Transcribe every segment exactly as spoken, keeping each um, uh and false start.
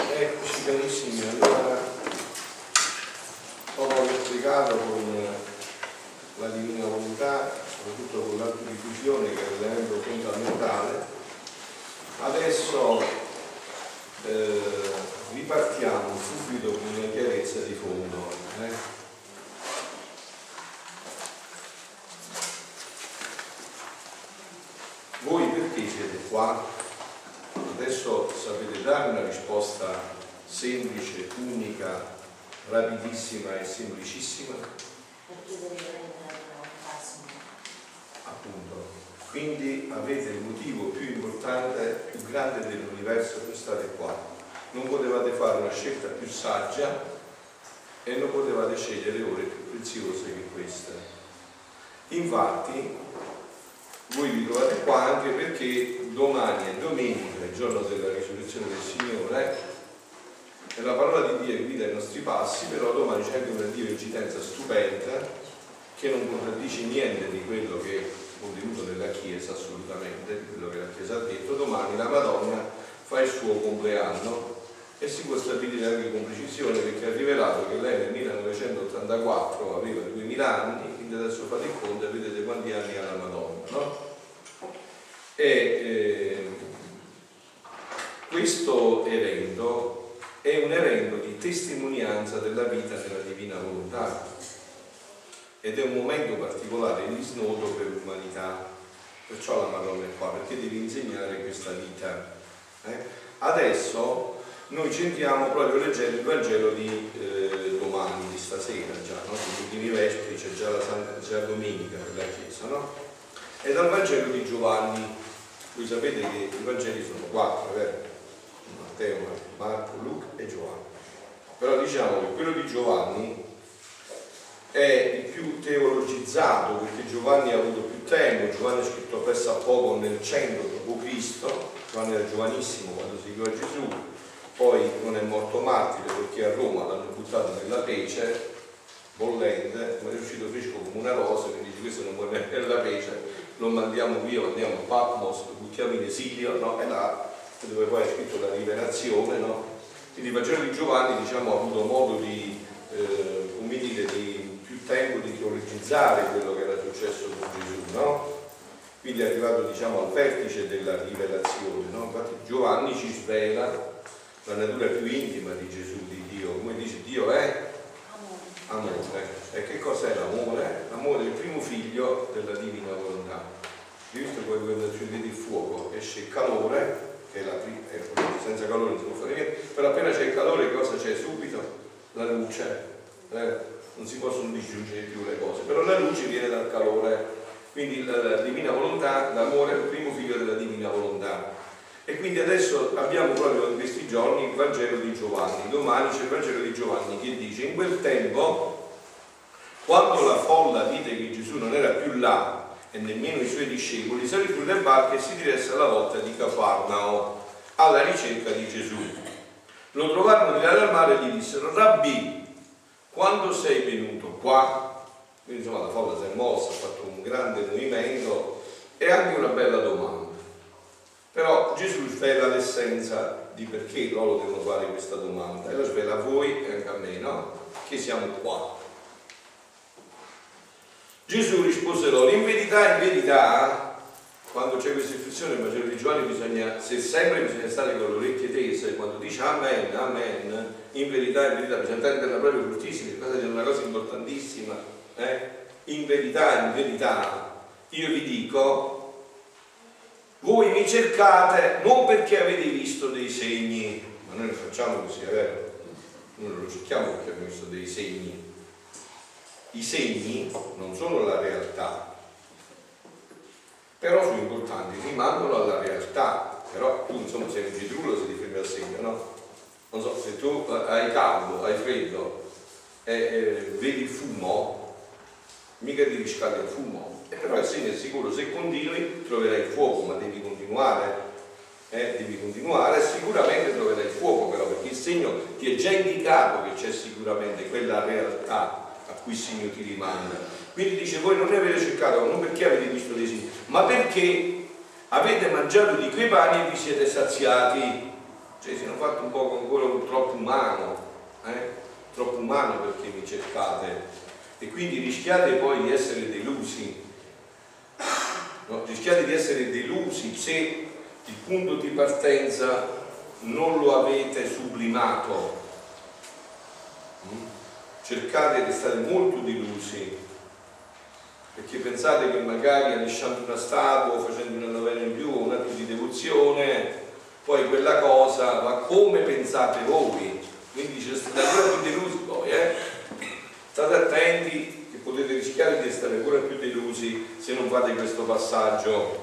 Eccoci carissimi, allora dopo aver spiegato con la divina volontà, soprattutto con l'autodiffusione che è l'elemento fondamentale, adesso eh, ripartiamo subito con una chiarezza di fondo. Eh? Voi perché siete qua? Adesso sapete dare una risposta semplice, unica, rapidissima e semplicissima? Perché deve prendere un passo. Appunto. Quindi avete il motivo più importante, più grande dell'universo per stare qua. Non potevate fare una scelta più saggia e non potevate scegliere ore più preziose che queste. Infatti, voi vi trovate qua anche perché domani è domenica, il giorno della risurrezione del Signore, e la parola di Dio guida i nostri passi, però domani c'è anche una divergenza stupenda che non contraddice niente di quello che è contenuto nella Chiesa, assolutamente, di quello che la Chiesa ha detto. Domani la Madonna fa il suo compleanno e si può stabilire anche con precisione perché ha rivelato che lei nel millenovecentottantaquattro aveva duemila anni, quindi adesso fate il conto e vedete quanti anni ha la Madonna, no? E eh, questo evento è un evento di testimonianza della vita nella divina volontà ed è un momento particolare di snodo per l'umanità, perciò la Madonna è qua, perché deve insegnare questa vita. Eh? Adesso noi centriamo proprio leggendo il Vangelo di eh, domani, di stasera già, no? Gli ultimi vespri c'è già la Santa, già domenica per la Chiesa, no? E dal Vangelo di Giovanni. Voi sapete che i Vangeli sono quattro, vero? Matteo, Marco, Luca e Giovanni. Però diciamo che quello di Giovanni è il più teologizzato perché Giovanni ha avuto più tempo. Giovanni ha scritto presso a poco nel cento dopo Cristo. Giovanni era giovanissimo quando seguiva Gesù, poi non è morto martire perché a Roma l'hanno buttato nella pece bollente, ma è uscito fresco come una rosa, quindi dice questo non vuole neanche la pece, lo mandiamo via, lo mandiamo a Patmos, lo buttiamo in esilio, no? E là dove poi è scritto la rivelazione, no? Quindi il Vangelo di Giovanni, diciamo, ha avuto modo di, eh, come dire, di più tempo di teologizzare quello che era successo con Gesù, no? Quindi è arrivato, diciamo, al vertice della rivelazione, no? Infatti Giovanni ci svela la natura più intima di Gesù, di Dio. Come dice, Dio è amore. E che cos'è l'amore? L'amore è il primo figlio della divina volontà. Visto poi quando si vede il fuoco esce il calore, che è la prima, senza calore non si può fare niente, però appena c'è il calore cosa c'è subito? La luce. Eh? Non si possono disgiungere più le cose, però la luce viene dal calore. Quindi la, la divina volontà, l'amore è il primo figlio della divina volontà. E quindi adesso abbiamo proprio in questi giorni il Vangelo di Giovanni. Domani c'è il Vangelo di Giovanni che dice: in quel tempo, quando la folla vide che Gesù non era più là e nemmeno i suoi discepoli, salì sulle barche e si diresse alla volta di Cafarnao alla ricerca di Gesù. Lo trovarono di là al mare e gli dissero: Rabbì, quando sei venuto qua? Quindi insomma la folla si è mossa, ha fatto un grande movimento e anche una bella domanda. Però Gesù svela l'essenza di perché loro devono fare questa domanda e la svela a voi e anche a me, no? Che siamo qua. Gesù rispose loro: in verità, in verità, quando c'è questa espressione nel Vangelo di Giovanni bisogna, se sempre bisogna stare con le orecchie tese, quando dice amen, amen, in verità, in verità, bisogna prenderla proprio fortissima, questa è una cosa importantissima, eh? In verità, in verità, io vi dico, voi mi cercate non perché avete visto dei segni, ma noi lo facciamo così, è vero? Noi non lo cerchiamo perché abbiamo visto dei segni. I segni non sono la realtà, però sono importanti, rimandano alla realtà. Però tu insomma sei un citrullo se ti fermi al segno, no? Non so, se tu hai caldo, hai freddo e eh, vedi il fumo, mica ti riscaldi il fumo. E però il segno è sicuro, se continui troverai il fuoco, ma devi continuare, eh? devi continuare, sicuramente troverai il fuoco però, perché il segno ti è già indicato che c'è sicuramente quella realtà a cui il segno ti rimanda. Quindi dice: voi non ne avete cercato non perché avete visto dei segni, ma perché avete mangiato di quei pani e vi siete saziati. Cioè si hanno fatto un po' ancora un troppo umano, eh? troppo umano perché mi cercate, e quindi rischiate poi di essere delusi, no? Rischiate di essere delusi se il punto di partenza non lo avete sublimato. Mm? Cercate di stare molto delusi, perché pensate che magari allisciando una statua o facendo una novena in più o un atto di devozione, poi quella cosa va come pensate voi, quindi ci state ancora più delusi poi, eh? State attenti che potete rischiare di essere ancora più delusi se non fate questo passaggio.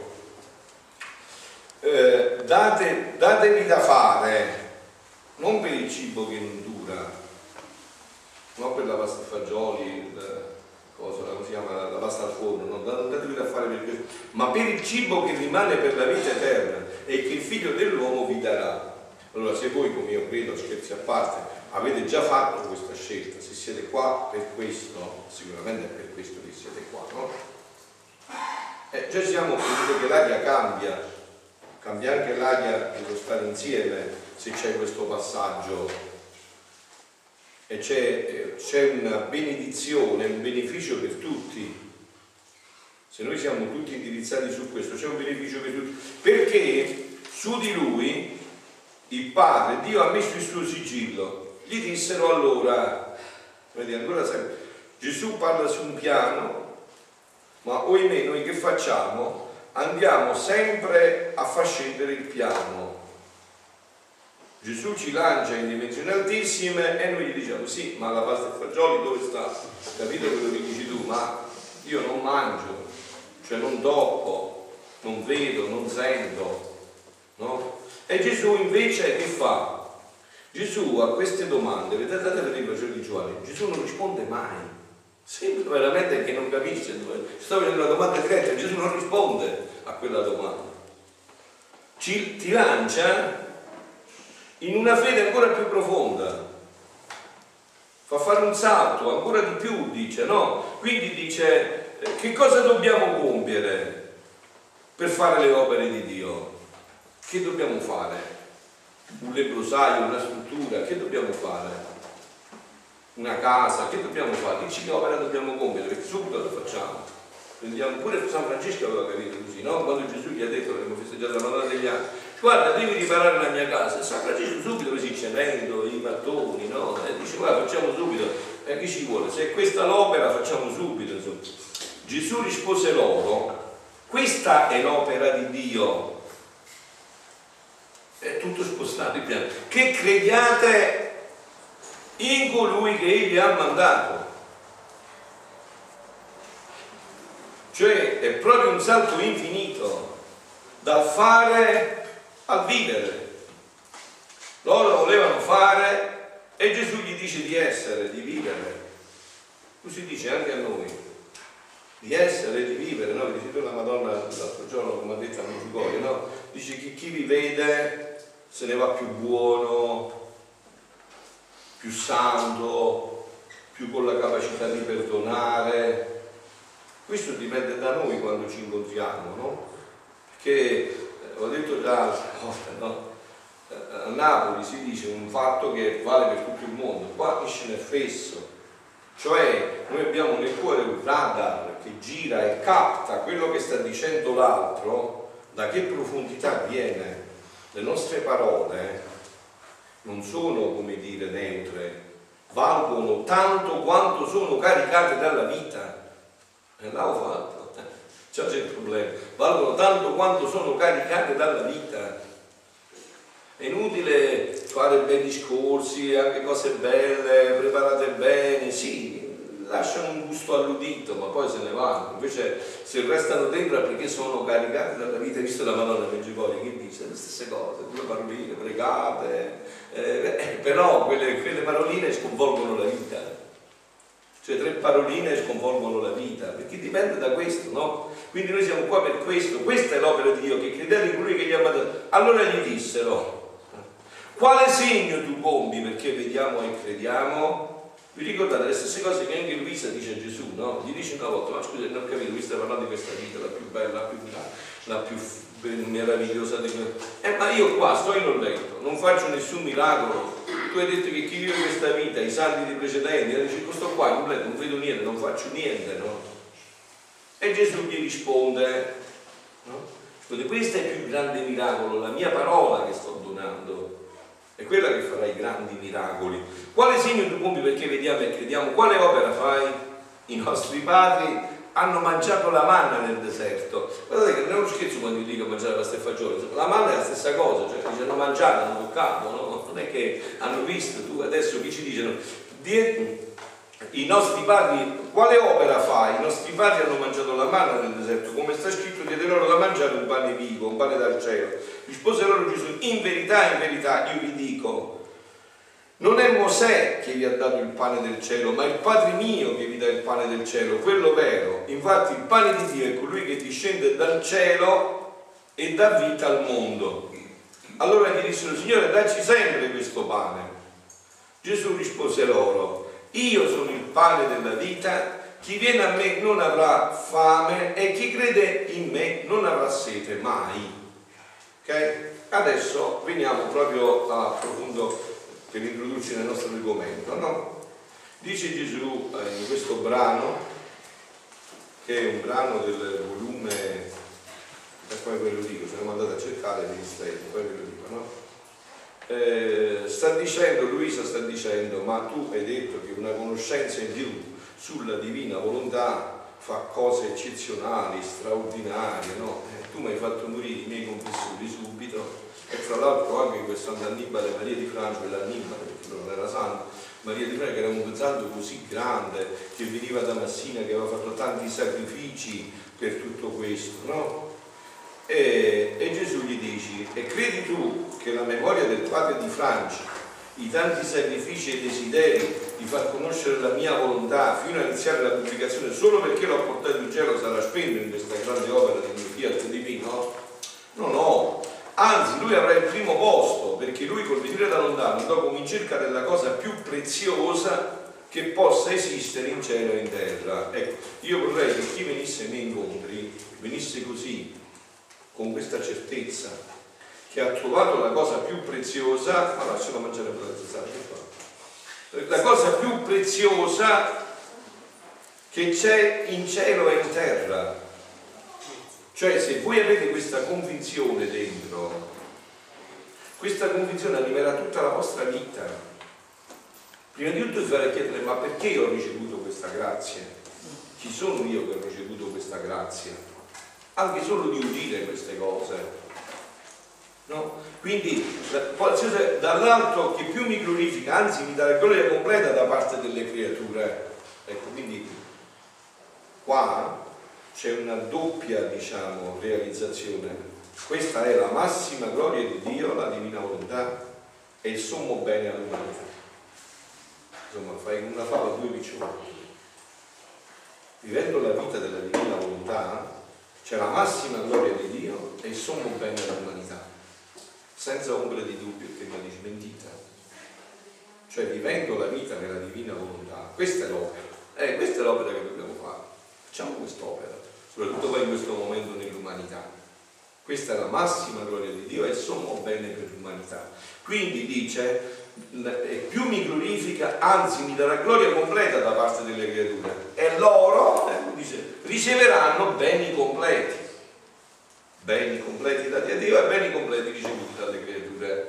Eh, date, datevi da fare, non per il cibo che non dura, non per la pasta e fagioli, la, cosa, come si chiama, la pasta al forno, no? Datevi da fare per questo, ma per il cibo che rimane per la vita eterna e che il Figlio dell'uomo vi darà. Allora, se voi, come io credo, scherzi a parte, avete già fatto questa scelta, se siete qua per questo, sicuramente è per questo che siete qua, no? Eh, già siamo capito che l'aria cambia. Cambia anche l'aria dello stare insieme se c'è questo passaggio, e c'è, c'è una benedizione, un beneficio per tutti. Se noi siamo tutti indirizzati su questo, c'è un beneficio per tutti, perché su di lui il Padre, Dio ha messo il suo sigillo. Gli dissero allora, vedi, ancora sempre, Gesù parla su un piano, ma oimè noi che facciamo? Andiamo sempre a far scendere il piano. Gesù ci lancia in dimensioni altissime e noi gli diciamo sì, ma la pasta e fagioli dove sta? Capito quello che dici tu? Ma io non mangio, cioè non tocco, non vedo, non sento, no? E Gesù invece che fa? Gesù a queste domande, vedete, andate a vedere i Vangeli di Giovanni, Gesù non risponde mai. Sembra veramente che non capisce, sto vedendo una domanda diretta e Gesù non risponde a quella domanda, ci, ti lancia in una fede ancora più profonda, fa fare un salto ancora di più, dice, no? Quindi dice, che cosa dobbiamo compiere per fare le opere di Dio? Che dobbiamo fare? Un lebbrosaio, una struttura, che dobbiamo fare? Una casa, che dobbiamo fare? Dici che opera dobbiamo compiere, perché subito lo facciamo. Prendiamo, pure San Francesco aveva capito così, no? Quando Gesù gli ha detto, abbiamo festeggiato la Madonna degli anni, guarda, devi riparare la mia casa. San Francesco subito così, il cemento, i mattoni, no? E dice, guarda, facciamo subito. E chi ci vuole? Se è questa l'opera, facciamo subito. Insomma. Gesù rispose loro, questa è l'opera di Dio. È tutto spostato il piano. Che crediate in colui che egli ha mandato. Cioè è proprio un salto infinito dal fare al vivere. Loro volevano fare e Gesù gli dice di essere, di vivere. Così dice anche a noi, di essere e di vivere, no? Dice tu la Madonna l'altro giorno, come ha detto a Medjugorje, no? Dice che chi vi vede se ne va più buono, più santo, più con la capacità di perdonare. Questo dipende da noi quando ci incontriamo, no? Perché, eh, ho detto già altre volte, no? A Napoli si dice un fatto che vale per tutto il mondo, qua in Scenefesso, cioè noi abbiamo nel cuore un radar che gira e capta quello che sta dicendo l'altro, da che profondità viene. Le nostre parole non sono, come dire, neutre, valgono tanto quanto sono caricate dalla vita. E l'ho fatto, c'è il problema, valgono tanto quanto sono caricate dalla vita. È inutile fare bei discorsi, anche cose belle, preparate bene, sì, lasciano un gusto all'udito, ma poi se ne vanno. Invece se restano dentro è perché sono caricate dalla vita. Hai visto la Madonna Medjugorje che dice le stesse cose, due paroline pregate, eh, però quelle, quelle paroline sconvolgono la vita. Cioè tre paroline sconvolgono la vita, perché dipende da questo, no? Quindi noi siamo qua per questo, questa è l'opera di Dio, che credete in colui che gli ha mandato. Allora gli dissero, quale segno tu compi perché vediamo e crediamo? Vi ricordate le stesse cose che anche Luisa dice a Gesù, no? Gli dice una volta, ma scusa, non ho capito, lui sta parlando di questa vita, la più bella, la più, la più meravigliosa di quella. Eh, ma io qua sto in un letto, non faccio nessun miracolo. Tu hai detto che chi vive questa vita, i santi dei precedenti, dice, sto qua in un letto, non vedo niente, non faccio niente, no? E Gesù gli risponde, no? Questo è il più grande miracolo, la mia parola che sto donando. È quella che farà i grandi miracoli. Quale segno tu compi perché vediamo e crediamo? Quale opera fai? I nostri padri hanno mangiato la manna nel deserto. Guardate che non è uno scherzo quando io dico mangiare la pasta e fagioli. La manna è la stessa cosa, cioè ci hanno mangiato, hanno toccato, no? Non è che hanno visto. Tu adesso chi ci dicono? I nostri padri, quale opera fai? I nostri padri hanno mangiato la manna nel deserto, come sta scritto, diede loro da mangiare un pane vivo, un pane dal cielo. Rispose loro Gesù, in verità, in verità, io vi dico, non è Mosè che vi ha dato il pane del cielo, ma il Padre mio che vi dà il pane del cielo, quello vero. Infatti il pane di Dio è colui che discende dal cielo e dà vita al mondo. Allora gli dissero, Signore, dacci sempre questo pane. Gesù rispose loro, io sono il pane della vita, chi viene a me non avrà fame e chi crede in me non avrà sete mai. Ok? Adesso veniamo proprio a profondo per introdurci nel nostro argomento, no? Dice Gesù eh, in questo brano, che è un brano del volume, e poi ve lo dico, se non andate a cercare il ministero, poi ve lo dico, no? Eh, sta dicendo, Luisa sta dicendo, ma tu hai detto che una conoscenza in più sulla divina volontà fa cose eccezionali, straordinarie, no? Eh, tu mi hai fatto morire i miei confessori subito, e tra l'altro anche questo Annibale Maria di Francia, l'Annibale perché non era santo, Maria di Francia che era un santo così grande, che veniva da Massina, che aveva fatto tanti sacrifici per tutto questo, no? E, e Gesù gli dice, e credi tu che la memoria del padre di Francia, i tanti sacrifici e desideri di far conoscere la mia volontà fino a iniziare la pubblicazione solo perché l'ho portato in cielo sarà spento in questa grande opera del mio fiat divino? No, no, anzi lui avrà il primo posto, perché lui col venire da lontano andò come in cerca della cosa più preziosa che possa esistere in cielo e in terra. Ecco, io vorrei che chi venisse ai miei incontri venisse così, con questa certezza che ha trovato la cosa più preziosa, ma lascialo mangiare per la zenzara, la cosa più preziosa che c'è in cielo e in terra. Cioè, se voi avete questa convinzione dentro, questa convinzione animerà tutta la vostra vita. Prima di tutto vi farà chiedere, ma perché io ho ricevuto questa grazia? Chi sono io che ho ricevuto questa grazia? Anche solo di udire queste cose, no? Quindi dall'alto che più mi glorifica, anzi mi dà la gloria completa da parte delle creature. Ecco, quindi qua c'è una doppia, diciamo, realizzazione. Questa è la massima gloria di Dio, la divina volontà, e il sommo bene all'umanità. Insomma, fai una fava due picciotti. Vivendo la vita della divina volontà c'è la massima gloria di Dio e il sommo bene all'umanità, senza ombra di dubbio, che mi dice mentita. Cioè, vivendo la vita nella divina volontà, questa è l'opera, eh, questa è l'opera che dobbiamo fare. Facciamo quest'opera, soprattutto poi in questo momento nell'umanità. Questa è la massima gloria di Dio e il sommo bene per l'umanità. Quindi dice, e più mi glorifica, anzi mi darà gloria completa da parte delle creature, e loro, eh, dice, riceveranno beni completi, beni completi dati a Dio e beni completi ricevuti dalle creature,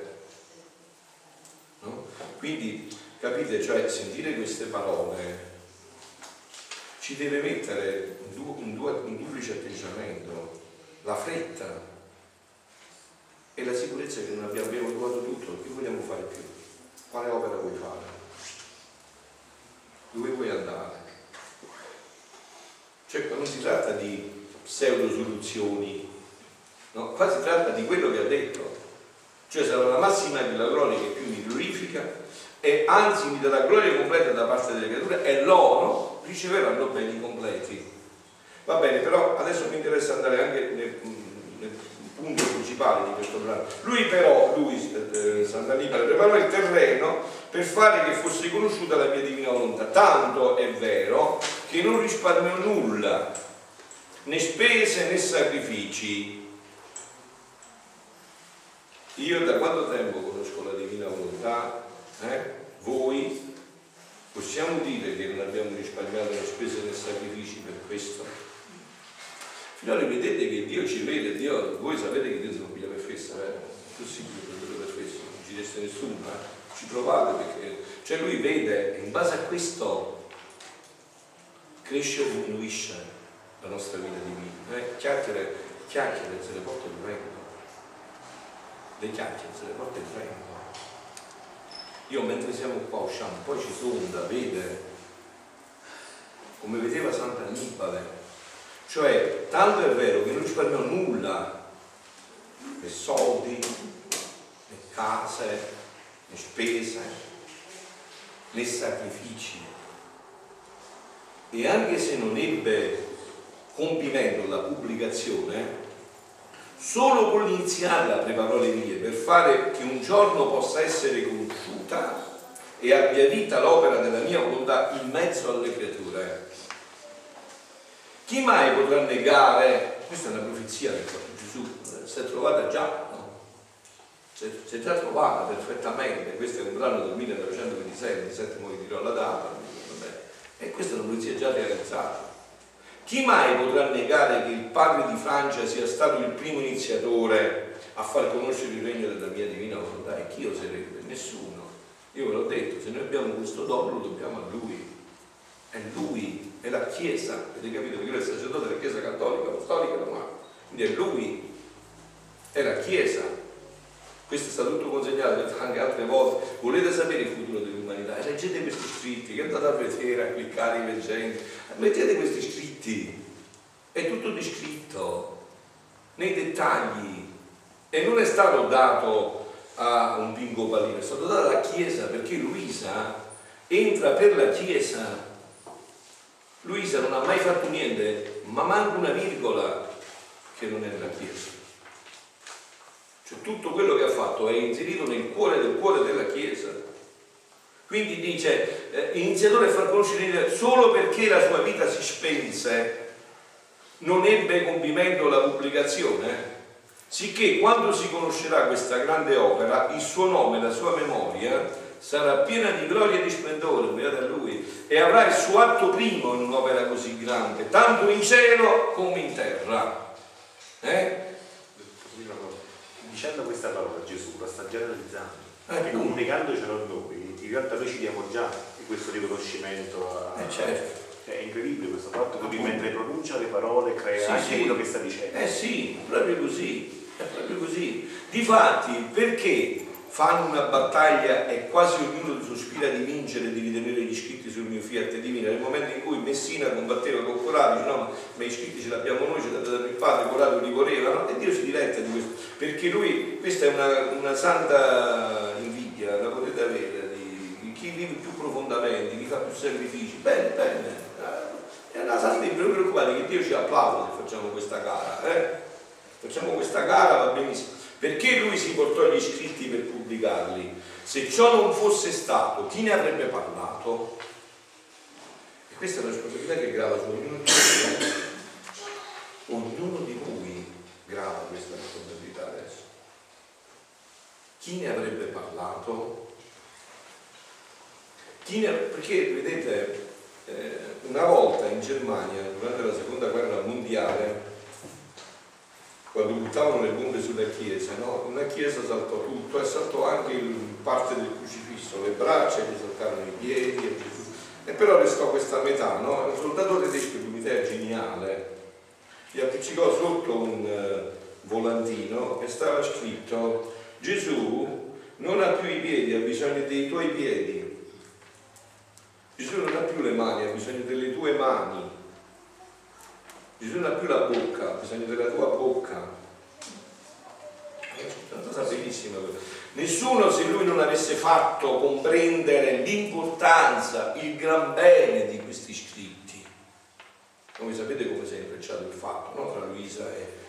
no? Quindi capite, cioè sentire queste parole ci deve mettere in, du in, du in duplice atteggiamento, la fretta e la sicurezza che non abbiamo, abbiamo trovato tutto. Che vogliamo fare più? Quale opera vuoi fare? Dove vuoi andare? Cioè, qua non si tratta di pseudo soluzioni, no? Qua si tratta di quello che ha detto, cioè sarà la massima della gloria che più mi glorifica e anzi mi darà gloria completa da parte delle creature e loro riceveranno beni completi. Va bene, però adesso mi interessa andare anche nel, nel punto principale di questo brano. Lui però, lui, eh, Sant'Annibale, preparò il terreno per fare che fosse conosciuta la mia divina volontà. Tanto è vero che non risparmiò nulla, né spese né sacrifici. Io da quanto tempo conosco la divina volontà? Eh? Voi possiamo dire che non abbiamo risparmiato né spese né sacrifici per questo? Finora vedete che Dio ci vede, Dio, voi sapete che Dio si compiglia per festa, eh? Tu sì, per festa, non ci resta nessuno, eh? Ci provate perché, cioè lui vede, e in base a questo cresce o diminuisce la nostra vita divina. Eh? Chiacchiere, chiacchiere se le porta il vento, le chiacchiere se le porta il vento. Io mentre siamo qua usciamo, poi ci sonda, vede, come vedeva Sant'Annibale. Cioè, tanto è vero che non risparmiò nulla, né soldi, né case, né spese, né sacrifici. E anche se non ebbe compimento la pubblicazione, solo con l'iniziarla preparò le vie per fare che un giorno possa essere conosciuta e abbia vita l'opera della mia volontà in mezzo alle creature. Chi mai potrà negare? Questa è una profezia che Gesù si è trovata già, no? Si è già trovata perfettamente. Questo è un brano del millenovecentoventisei, ventisette, poi dirò la data, vabbè. E questa è una profezia già realizzata. Chi mai potrà negare che il padre di Francia sia stato il primo iniziatore a far conoscere il regno della mia divina volontà? E chi oserebbe? Nessuno. Io ve l'ho detto, se noi abbiamo questo dono lo dobbiamo a lui. È lui, è la Chiesa, avete capito? Perché lui è il sacerdote della Chiesa cattolica, apostolica e romana. Quindi è lui, è la Chiesa. Questo è stato tutto consegnato anche altre volte. Volete sapere il futuro dell'umanità? Leggete questi scritti, che andate a vedere, a cliccare i leggenti. Mettete questi scritti, è tutto descritto nei dettagli e non è stato dato a un Pinco Pallino, è stato dato alla Chiesa, perché Luisa entra per la Chiesa. Luisa non ha mai fatto niente, ma manca una virgola che non è nella Chiesa. Cioè tutto quello che ha fatto è inserito nel cuore del cuore della Chiesa. Quindi dice, eh, iniziatore a far conoscere solo perché la sua vita si spense, non ebbe compimento la pubblicazione, sicché quando si conoscerà questa grande opera, il suo nome, la sua memoria sarà piena di gloria e di splendore, beato a lui, e avrà il suo atto primo in un'opera così grande, tanto in cielo come in terra. Eh? Dicendo questa parola Gesù la sta generalizzando, eh, e comunicandocelo a noi, in realtà noi ci diamo già di questo riconoscimento a... Eh certo. È incredibile questo fatto che lui mentre pronuncia le parole crea sì, anche sì. quello che sta dicendo. Eh sì, proprio così, è proprio così. Difatti, perché fanno una battaglia e quasi ognuno sospira di vincere e di ritenere gli iscritti sul mio fiat divino? Nel momento in cui Messina combatteva con Corrado, dice no, ma gli iscritti ce l'abbiamo noi, ce l'ha dato il padre, Corrado li voleva, no? E Dio si diletta di questo, perché lui, questa è una, una santa invidia, la potete avere, di, di chi vive più profondamente, chi fa più sacrifici. Bene, bene, è una santa invidia, non preoccupate che Dio ci applaude se facciamo questa gara, eh? Facciamo questa gara, va benissimo. Perché lui si portò gli scritti per pubblicarli? Se ciò non fosse stato, chi ne avrebbe parlato? E questa è una responsabilità che grava su ognuno di noi. Ognuno di noi grava questa responsabilità adesso. Chi ne avrebbe parlato? Chi ne... Perché, vedete, eh, una volta in Germania, durante la seconda guerra mondiale, quando buttavano le bombe sulla chiesa, no? Una chiesa saltò tutto e saltò anche il, parte del crocifisso, le braccia, gli saltarono i piedi e Gesù. E però restò questa metà, no? Un soldato tedesco di un'idea geniale gli appiccicò sotto un uh, volantino e stava scritto: Gesù non ha più i piedi, ha bisogno dei tuoi piedi. Gesù non ha più le mani, ha bisogno delle tue mani. Gesù non ha più la bocca, ha bisogno della tua bocca. È una cosa bellissima. Nessuno, se lui non avesse fatto comprendere l'importanza, il gran bene di questi scritti. Voi sapete come si è intrecciato il fatto, no? Tra Luisa e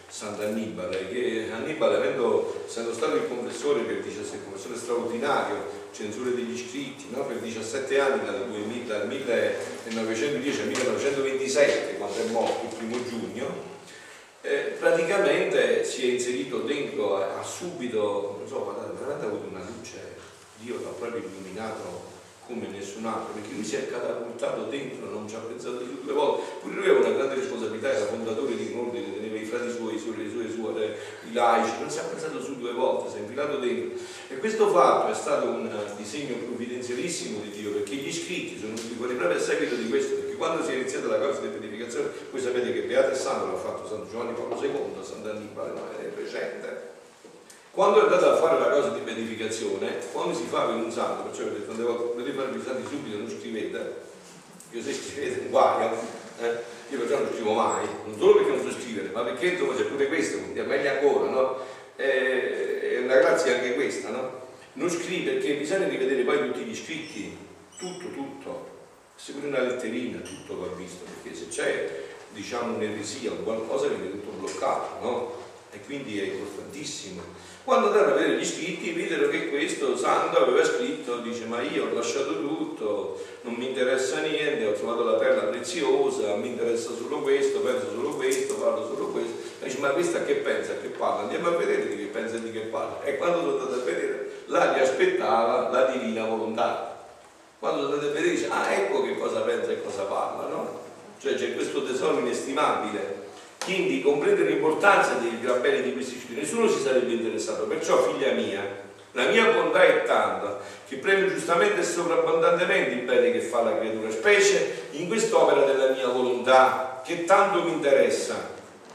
Sant'Annibale, che Annibale, avendo, essendo stato il confessore per diciassette, confessore straordinario, censure degli scritti, no? Per diciassette anni, dal, duemila, dal millenovecentodieci al millenovecentoventisette, quando è morto il primo giugno, eh, praticamente si è inserito dentro, ha subito, non so, guardate, veramente ha avuto una luce, Dio l'ha proprio illuminato come nessun altro, perché lui si è catapultato dentro, non ci ha pensato più due volte, pure lui aveva una grande responsabilità, era fondatore di un ordine, teneva i frati suoi, i suoi, le sue suore, i laici, non si è pensato su due volte, si è infilato dentro. E questo fatto è stato un disegno provvidenzialissimo di Dio, perché gli scritti sono venuti fuori proprio a seguito di questo, perché quando si è iniziata la causa di beatificazione, voi sapete che Beato e Santo l'ha fatto San Giovanni Paolo secondo, Sant'Annibale, no, è recente. Quando è andato a fare la cosa di beatificazione, quando si fa per un santo, perciò ho detto tante volte, potete fare i santi subito, non scrivete, io se scrivete un guaio, eh? Io perciò non scrivo mai, non solo perché non so scrivere, ma perché insomma c'è pure questo, quindi è meglio ancora, no? Eh, è una grazia anche questa, no? Non scrivi perché bisogna rivedere poi tutti gli scritti, tutto, tutto, se pure una letterina, tutto va visto, perché se c'è, diciamo, un'eresia o qualcosa viene tutto bloccato, no? E quindi è importantissimo. Quando andate a vedere gli scritti videro che questo santo aveva scritto, dice ma io ho lasciato tutto, non mi interessa niente, ho trovato la perla preziosa, mi interessa solo questo, penso solo questo, parlo solo questo. E dice ma questa che pensa, che parla? Andiamo a vedere di che pensa e di che parla. E quando sono andato a vedere, là gli aspettava la divina volontà. Quando sono andato a vedere dice ah ecco che cosa pensa e cosa parla, no? Cioè c'è questo tesoro inestimabile. Quindi comprendere l'importanza dei gran beni di questi scritti, nessuno si sarebbe interessato. Perciò, figlia mia, la mia bontà è tanta che premio giustamente e sovrabbondantemente i beni che fa la creatura, specie in quest'opera della mia volontà, che tanto mi interessa.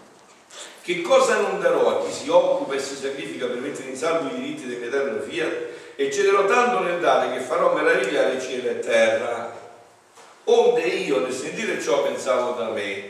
Che cosa non darò a chi si occupa e si sacrifica per mettere in salvo i diritti dell'eterno fiat? E cederò tanto nel dare che farò meravigliare cielo e terra. Onde io, nel sentire ciò, pensavo da me,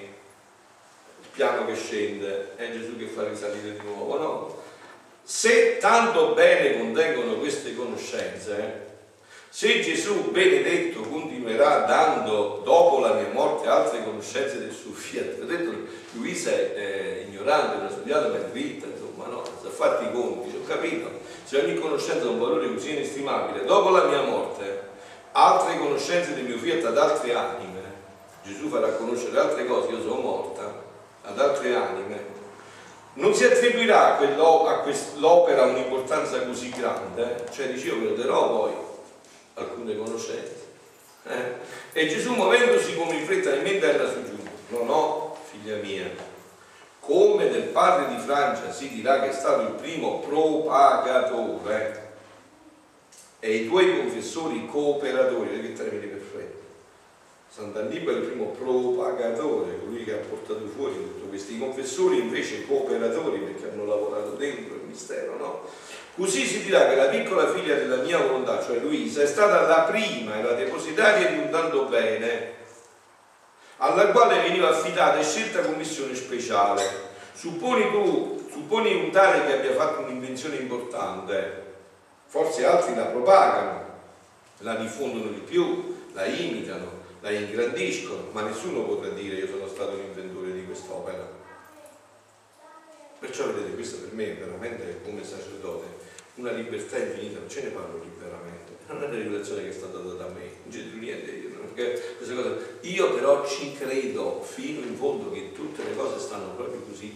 piano che scende, è Gesù che fa risalire di nuovo, no? Se tanto bene contengono queste conoscenze, se Gesù benedetto continuerà dando dopo la mia morte altre conoscenze del suo fiat, ho detto Luisa è eh, ignorante, non ha studiato mai dritta, insomma no, si è fatti i conti, ho capito, se ogni conoscenza ha un valore così inestimabile, dopo la mia morte altre conoscenze del mio fiat ad altre anime, Gesù farà conoscere altre cose, io sono morta, ad altre anime, non si attribuirà a quest'opera un'importanza così grande, cioè dice io perderò poi alcune conoscenze. Eh? E Gesù muovendosi come in fretta in mente era soggiunto, no no, figlia mia, come del padre di Francia si dirà che è stato il primo propagatore e i tuoi confessori cooperatori, che termine perfetto. Sant'Annibale è il primo propagatore, colui che ha portato fuori tutto questo. I confessori invece cooperatori perché hanno lavorato dentro il mistero, no? Così si dirà che la piccola figlia della mia volontà, cioè Luisa, è stata la prima e la depositaria di un tanto bene, alla quale veniva affidata e scelta commissione speciale. Supponi tu, supponi un tale che abbia fatto un'invenzione importante, forse altri la propagano, la diffondono di più, la imitano, la ingrandiscono, ma nessuno potrà dire io sono stato l'inventore di quest'opera. Perciò vedete, questo per me è veramente come sacerdote una libertà infinita, non ce ne parlo liberamente, non è una rivelazione che è stata data a me, non c'è più niente, perché queste cose, io però ci credo fino in fondo che tutte le cose stanno proprio così.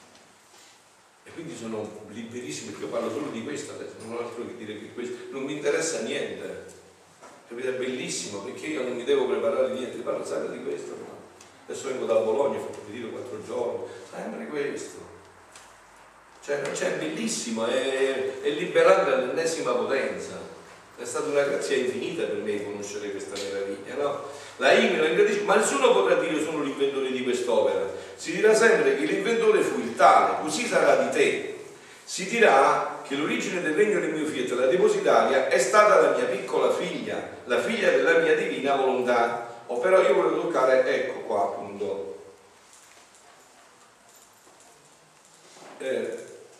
E quindi sono liberissimo, perché io parlo solo di questo adesso, non ho altro che dire che questo, non mi interessa niente. Capite? È bellissimo perché io non mi devo preparare niente, parlo sempre di questo. No? Adesso vengo da Bologna, ho fatto un ritiro quattro giorni, sempre questo. Cioè, cioè è bellissimo, è, è liberante all'ennesima potenza. È stata una grazia infinita per me conoscere questa meraviglia, no? La imito, ma nessuno potrà dire io sono l'inventore di quest'opera. Si dirà sempre che l'inventore fu il tale, così sarà di te. Si dirà che l'origine del regno del mio fiat, la depositaria, è stata la mia piccola figlia, la figlia della mia divina volontà. O però io volevo toccare, ecco qua appunto. Eh,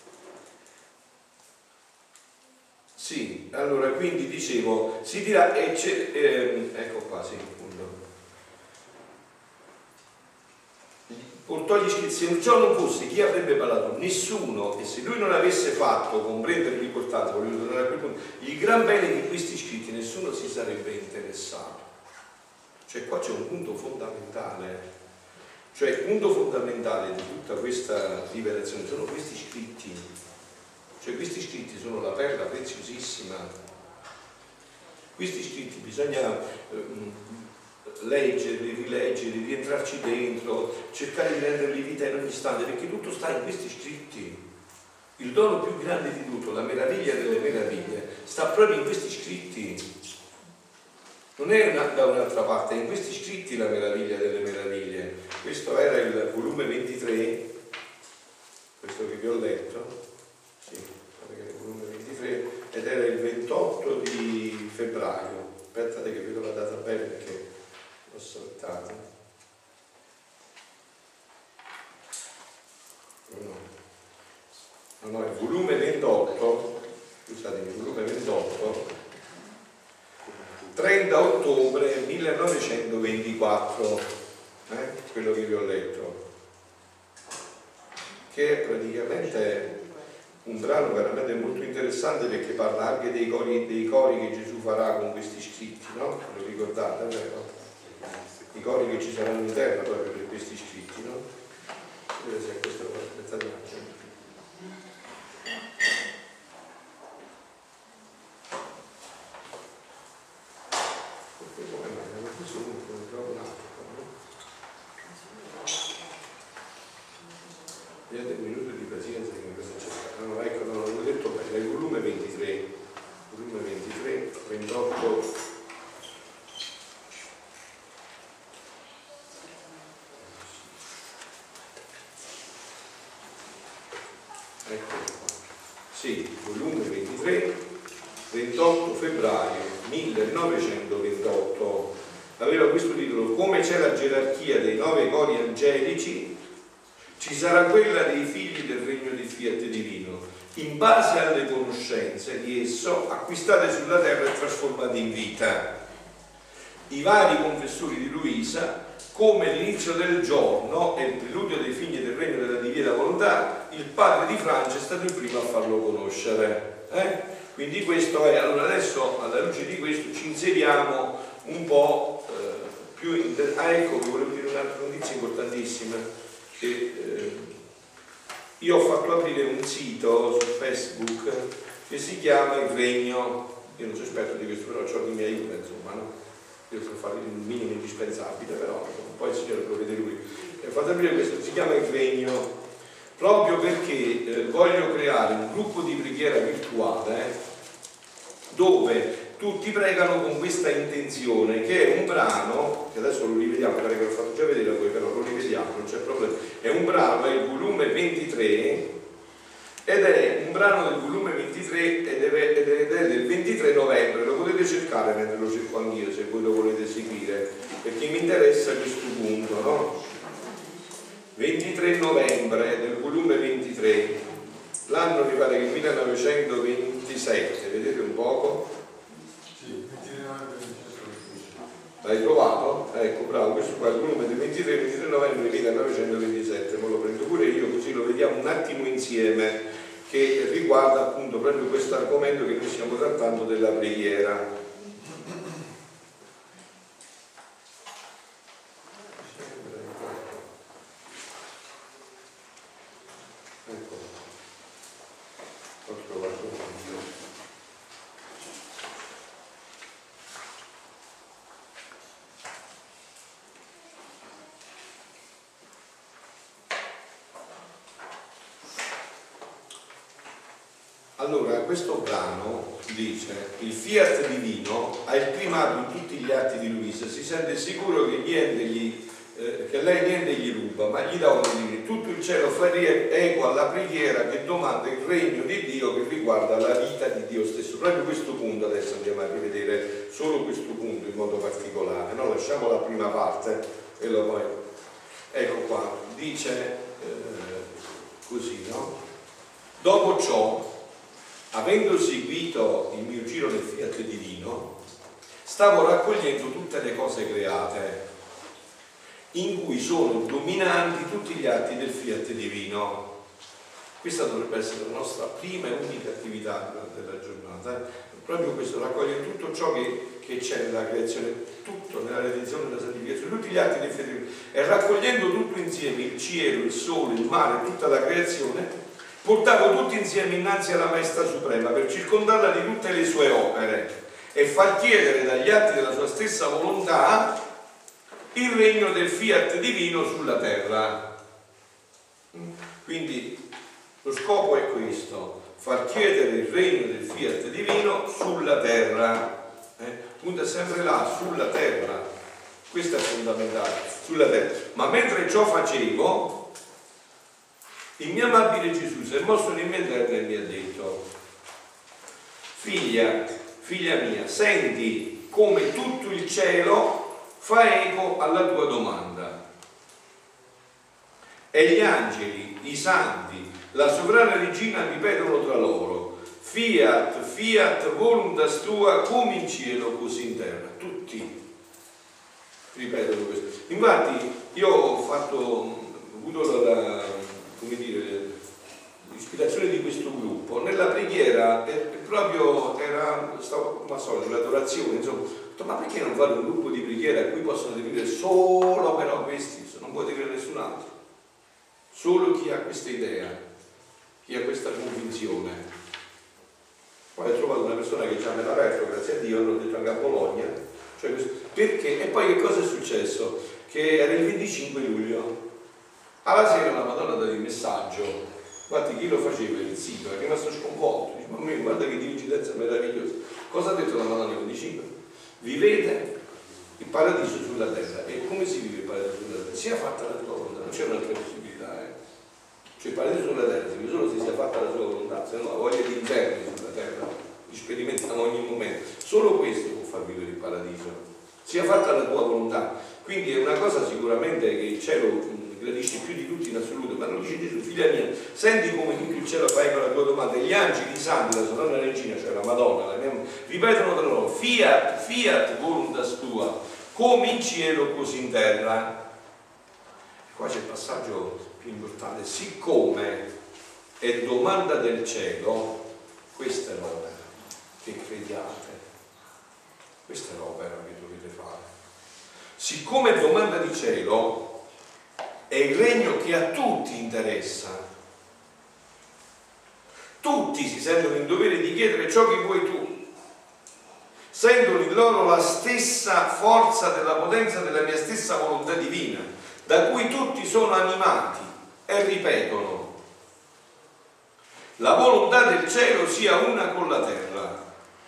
sì, allora quindi dicevo, si dirà, e eh, ecco qua, sì, appunto. portò gli scritti. Se ciò non fosse, chi avrebbe parlato? Nessuno. E se lui non avesse fatto comprendere l'importanza, voglio tornare a quel punto, il gran bene di questi scritti, nessuno si sarebbe interessato. Cioè qua c'è un punto fondamentale. Cioè il punto fondamentale di tutta questa rivelazione sono questi scritti. Cioè questi scritti sono la perla preziosissima. Questi scritti bisogna ehm, leggerli, rileggerli, rientrarci dentro, cercare di renderli vita in ogni istante, perché tutto sta in questi scritti. Il dono più grande di tutto, la meraviglia delle meraviglie, sta proprio in questi scritti. Non è una, da un'altra parte, è in questi scritti la meraviglia delle meraviglie. Questo era il volume ventitré, questo che vi ho letto, sì, il volume ventitré, ed era il ventotto di febbraio. Aspettate che vedo la data bene perché l'ho saltata. No, no, no, il volume ventotto, scusatemi, il volume ventotto, trenta ottobre millenovecentoventiquattro, eh? quello che vi ho letto, che è praticamente un brano veramente molto interessante perché parla anche dei cori, dei cori che Gesù farà con questi scritti, no? Lo ricordate, vero? I cori che ci saranno in terra proprio per questi scritti, no? Vedete se questo lo aspettate un attimo. Vedete un minuto di pazienza che mi cosa c'è. No, ecco, non l'ho detto bene, il volume ventitré, volume ventitré, ventotto. Ecco qua. Sì, volume ventitré, ventotto febbraio millenovecentoventotto. Aveva questo titolo: Come c'è la gerarchia dei nove cori angelici, ci sarà quella dei figli del regno di Fiat divino, in base alle conoscenze di esso acquistate sulla terra e trasformate in vita. I vari confessori di Luisa, come l'inizio del giorno e il preludio dei figli del regno della divina volontà, il padre di Francia è stato il primo a farlo conoscere. Eh? Quindi questo è, allora adesso alla luce di questo ci inseriamo un po' eh, più in... Ah, ecco, vi volevo dire un'altra notizia importantissima. Che, eh, io ho fatto aprire un sito su Facebook che si chiama Il Regno. Io non sono esperto di questo, però ho chi mi aiuta, insomma, no? Io devo fare il minimo indispensabile, però poi il Signore lo vede lui. E ho fatto aprire questo, si chiama Il Regno, proprio perché eh, voglio creare un gruppo di preghiera virtuale dove tutti pregano con questa intenzione, che è un brano, che adesso lo rivediamo, pare che l'ho fatto già vedere a voi, però lo rivediamo, non c'è problema. È un brano, è il volume ventitré, ed è un brano del volume ventitré ed è, ed è del ventitré novembre. Lo potete cercare mentre lo cerco anch'io, se voi lo volete seguire, perché mi interessa questo punto, no? ventitré novembre del volume ventitré, l'anno mi pare che è millenovecentoventisette, vedete un poco? L'hai trovato? Ecco, bravo, questo qua è il volume del ventitré novembre millenovecentoventisette, me lo prendo pure io così lo vediamo un attimo insieme, che riguarda appunto proprio questo argomento che noi stiamo trattando della preghiera. Ecco, ho trovato un video. Allora, questo brano dice: il fiat divino ha il primato in tutti gli atti di Luisa, si sente sicuro che, niente gli, eh, che lei niente gli ruba, ma gli dà un diritto. Tutto il cielo fa eco alla preghiera che domanda il regno di Dio, che riguarda la vita di Dio stesso. Proprio questo punto adesso andiamo a rivedere, solo questo punto in modo particolare, no? Lasciamo la prima parte e lo poi... Ecco qua, dice eh, così, no? Dopo ciò, avendo seguito il mio giro nel fiat divino, stavo raccogliendo tutte le cose create in cui sono dominanti tutti gli atti del fiat divino. Questa dovrebbe essere la nostra prima e unica attività durante la giornata, eh? Proprio questo, raccogliere tutto ciò che, che c'è nella creazione, tutto, nella redenzione, nella santificazione, tutti gli atti del fiat divino, e raccogliendo tutto insieme, il cielo, il sole, il mare, tutta la creazione, portarlo tutti insieme innanzi alla Maestà Suprema per circondarla di tutte le sue opere e far chiedere dagli atti della sua stessa volontà il regno del fiat divino sulla terra. Quindi lo scopo è questo: far chiedere il regno del fiat divino sulla terra. Eh? Punta sempre là, sulla terra. Questo è fondamentale, sulla terra. Ma mentre ciò facevo, il mio amabile Gesù si è mosso nel mio interno e mi ha detto: figlia, figlia mia, senti come tutto il cielo fa eco alla tua domanda. E gli angeli, i santi, la sovrana regina ripetono tra loro: fiat, fiat, voluntas tua, come in cielo così in terra. Tutti ripetono questo. Infatti io ho fatto, ho avuto la, come dire, l'ispirazione di questo gruppo. Nella preghiera è, è proprio era, stavo come al solito, l'adorazione, insomma, ho detto, ma perché non fare un gruppo di preghiera a cui possono aderire solo però questi, non può aderire nessun altro, solo chi ha questa idea, chi ha questa convinzione. Poi ho trovato una persona che ci ha aperto, grazie a Dio, l'ho detto anche a Bologna, cioè questo, perché? E poi che cosa è successo? Che era il venticinque luglio, alla sera la Madonna dà il messaggio. Infatti chi lo faceva? Il zio, è rimasto sconvolto, dice: ma me, guarda che dirigenza meravigliosa. Cosa ha detto la Madonna il venticinque? Vivete il paradiso sulla terra. E come si vive il paradiso sulla terra? Sia fatta la tua volontà, non c'è un'altra possibilità, eh? Cioè il paradiso sulla terra si vive solo se sia fatta la sua volontà, se no la voglia di interni sulla terra li sperimentano ogni momento. Solo questo può far vivere il paradiso, sia fatta la tua volontà. Quindi è una cosa sicuramente che il cielo gradisce più di tutti in assoluto, ma non dice Gesù: figlia mia, senti come tutto il cielo fai con la tua domanda. Gli angeli, i santi, la sovrana regina, cioè la Madonna, la mia, ripetono tra loro: fiat, fiat, voluntas tua, come in cielo così in terra. E qua c'è il passaggio più importante: siccome è domanda del cielo, questa è l'opera che crediate, questa è l'opera che dovete fare. Siccome è domanda di cielo, è il regno che a tutti interessa. Tutti si sentono in dovere di chiedere ciò che vuoi tu, sentono in loro la stessa forza della potenza della mia stessa volontà divina, da cui tutti sono animati, e ripetono: la volontà del cielo sia una con la terra.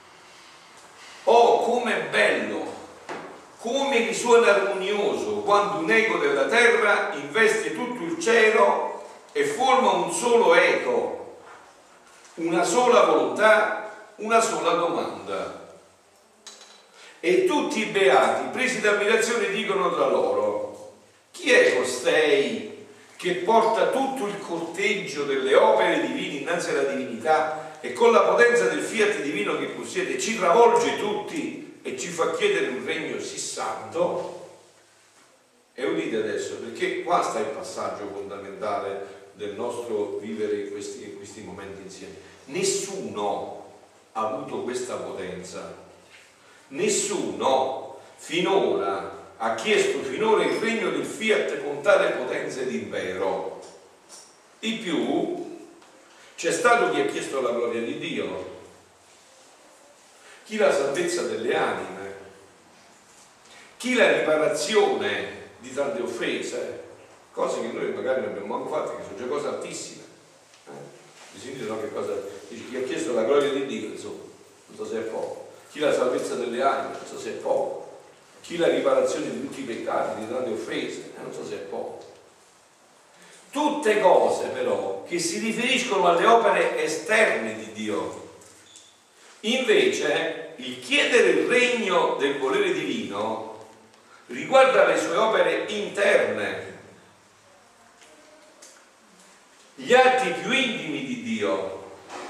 Oh, com'è bello, come risuona armonioso quando un eco della terra investe tutto il cielo e forma un solo eco, una sola volontà, una sola domanda. E tutti i beati, presi d'ammirazione, dicono tra loro: chi è costei che porta tutto il corteggio delle opere divine innanzi alla divinità e con la potenza del fiat divino che possiede ci travolge tutti e ci fa chiedere un regno sì santo? E udite adesso, perché qua sta il passaggio fondamentale del nostro vivere in questi, in questi momenti insieme. Nessuno ha avuto questa potenza, nessuno finora ha chiesto finora il regno del fiat con tale potenza ed impero. Di più, c'è stato chi ha chiesto la gloria di Dio, chi la salvezza delle anime, chi la riparazione di tante offese, cose che noi magari non abbiamo manco fatte, che sono già cose altissime. Eh? Vi sentite, no? Che cosa? Chi ha chiesto la gloria di Dio, insomma, non so se è poco. Chi la salvezza delle anime, non so se è poco. Chi la riparazione di tutti i peccati, di tante offese, eh? non so se è poco. Tutte cose però che si riferiscono alle opere esterne di Dio. Invece il chiedere il regno del volere divino riguarda le sue opere interne, gli atti più intimi di Dio,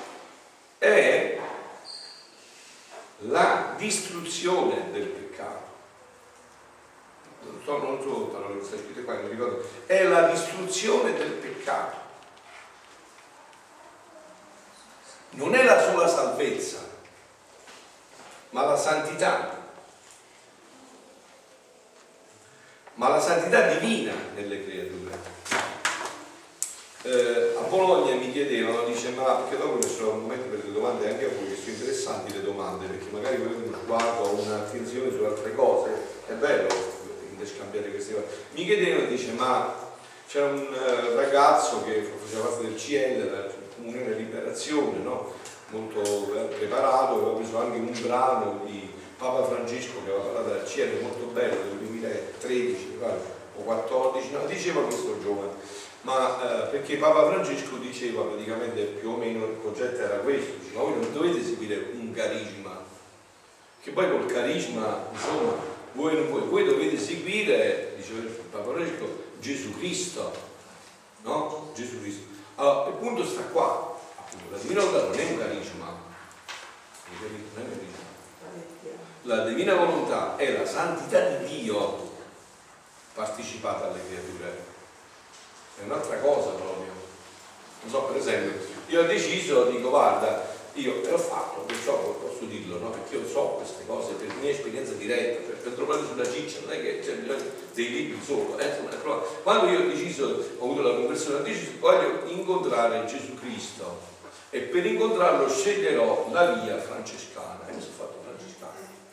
è la distruzione del peccato. non so, non so, non sta scritto qua, non ricordo, è la distruzione del peccato. Non è la sola salvezza, ma la santità. Ma la santità divina nelle creature. Eh, a Bologna mi chiedevano, dice, ma perché dopo ci sarà un momento per le domande anche a voi, che sono interessanti le domande, perché magari volete uno sguardo o un'attenzione su altre cose, è bello interscambiare queste cose. Mi chiedevano, dice, ma c'era un eh, ragazzo che faceva parte del C L, la Comunione Liberazione, no? Molto eh, preparato, aveva preso anche un brano di Papa Francesco che aveva parlato del C L molto bello del duemilatredici o quattordici, no? Diceva questo giovane. Ma eh, perché Papa Francesco diceva praticamente più o meno il concetto era questo, diceva, voi non dovete seguire un carisma, che poi col carisma, insomma, voi non voi, voi dovete seguire, diceva Papa Francesco, Gesù Cristo, no? Gesù Cristo. Allora, il punto sta qua, appunto, la Divina Volontà non è un carisma, non è un carisma. La Divina Volontà è la santità di Dio partecipata alle creature. È un'altra cosa proprio. Non so, per esempio, io ho deciso, dico guarda, io l'ho fatto, perciò posso dirlo, no? Perché io so queste cose per mia esperienza diretta, per, per trovare sulla ciccia, non è che c'è bisogno dei libri solo, eh? Quando io ho deciso, ho avuto la conversione, ho deciso voglio incontrare Gesù Cristo e per incontrarlo sceglierò la via francescana e mi sono fatto francescano.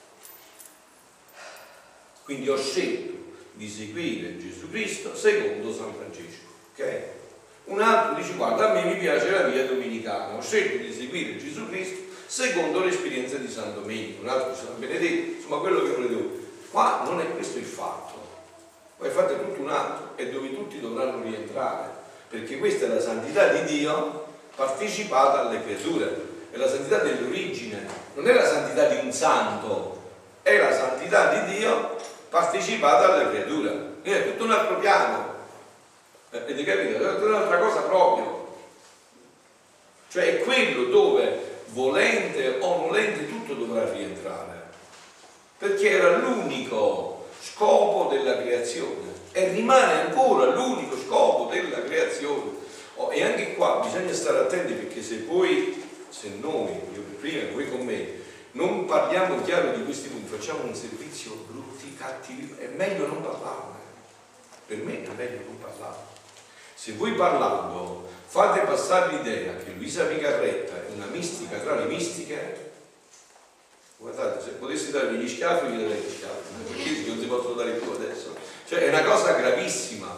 Quindi ho scelto di seguire Gesù Cristo secondo San Francesco. Okay? Un altro dice guarda, a me mi piace la via domenicana, ho scelto di seguire Gesù Cristo secondo l'esperienza di San Domenico, un altro dice San Benedetto, insomma quello che volete voi. Qua non è questo il fatto, poi il fatto è tutto un altro, è dove tutti dovranno rientrare, perché questa è la santità di Dio partecipata alle creature, è la santità dell'origine, non è la santità di un santo, è la santità di Dio partecipata alle creature, quindi è tutto un altro piano. Avete capito? È un'altra cosa proprio, cioè è quello dove volente o nolente tutto dovrà rientrare, perché era l'unico scopo della creazione e rimane ancora l'unico scopo della creazione. Oh, e anche qua bisogna stare attenti, perché se poi, se noi, io per prima e voi con me, non parliamo chiaro di questi punti, facciamo un servizio brutti, cattivi, è meglio non parlarne. Per me è meglio non parlarne. Se voi parlando fate passare l'idea che Luisa Picarretta è una mistica tra le mistiche, guardate, se potessi darvi gli schiaffi vi darei gli schiaffi, perché non si possono dare più adesso. Cioè è una cosa gravissima.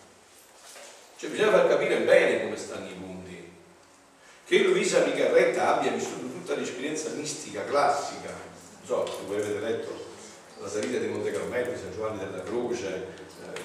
Cioè bisogna far capire bene come stanno i punti. Che Luisa Picarretta abbia vissuto tutta l'esperienza mistica classica, non so se voi avete letto la salita di Monte Carmelo, di San Giovanni della Croce,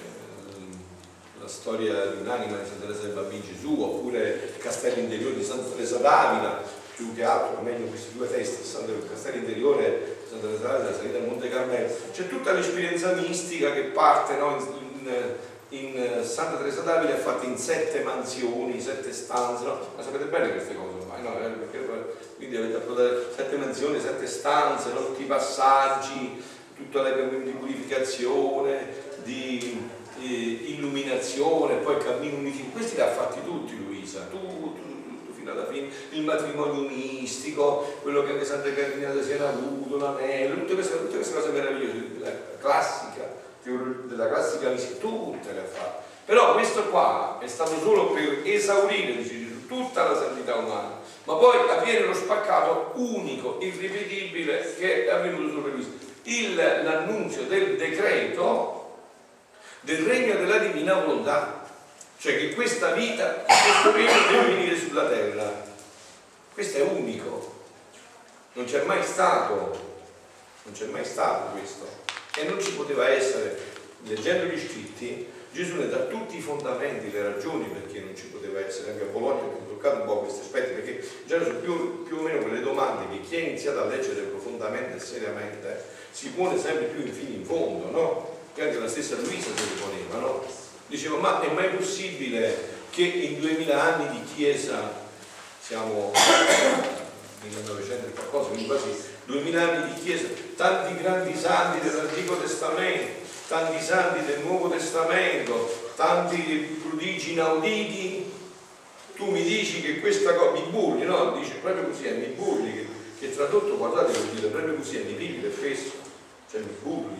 la storia di un'anima di Santa Teresa del Bambino Gesù, oppure il castello interiore di Santa Teresa d'Avila, più che altro, meglio questi due testi, il castello interiore di Santa Teresa d'Avila, la salita al Monte Carmelo, c'è tutta l'esperienza mistica che parte, no, in, in, in Santa Teresa d'Avila è fatta in sette mansioni, sette stanze, no? Ma sapete bene queste cose ormai, no? Perché, quindi avete approdato sette mansioni, sette stanze, no? Tutti i passaggi, tutta la di purificazione, di illuminazione, poi cammino unificato, questi li ha fatti tutti Luisa, tutto, tutto, fino alla fine, il matrimonio mistico, quello che anche Santa Caterina da Siena ha avuto, l'anello, tutte queste, tutte queste cose meravigliose della classica, della classica mistica, tutte le ha fatte. Però questo qua è stato solo per esaurire, dice Gesù, tutta la santità umana, ma poi avviene lo spaccato unico, irripetibile, che è avvenuto solo per Luisa, l'annunzio del decreto del regno della divina volontà, cioè che questa vita, questo regno deve venire sulla terra. Questo è unico, non c'è mai stato, non c'è mai stato questo, e non ci poteva essere. Leggendo gli scritti, Gesù ne dà tutti i fondamenti, le ragioni perché non ci poteva essere. Anche a Bologna ho toccato un po' questi aspetti, perché già sono più, più o meno quelle domande che chi ha iniziato a leggere profondamente e seriamente si pone sempre più in fino in fondo, no? Che anche la stessa Luisa se le poneva, no? Diceva, ma è mai possibile che in duemila anni di Chiesa, siamo millenovecento e qualcosa, quindi quasi duemila anni di Chiesa, tanti grandi santi dell'Antico Testamento, tanti santi del Nuovo Testamento, tanti prodigi inauditi, tu mi dici che questa cosa, mi burli, no? Dice proprio così, mi burli, che, che tradotto, guardate che dire, proprio così, mi pigli per questo, cioè mi burli,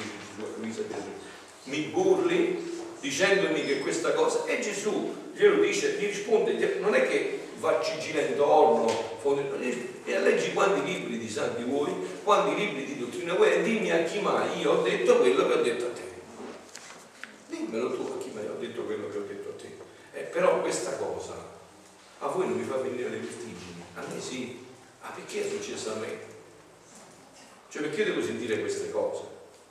mi burli dicendomi che questa cosa, e Gesù glielo dice, gli risponde, non è che facci gira intorno, e leggi quanti libri di santi vuoi, quanti libri di dottrina vuoi, e dimmi a chi mai io ho detto quello che ho detto a te. Dimmelo tu a chi mai ho detto quello che ho detto a te. Eh, però questa cosa a voi non vi fa venire le vertigini, a me sì. Ah, perché è successo a me? Cioè, perché devo sentire queste cose?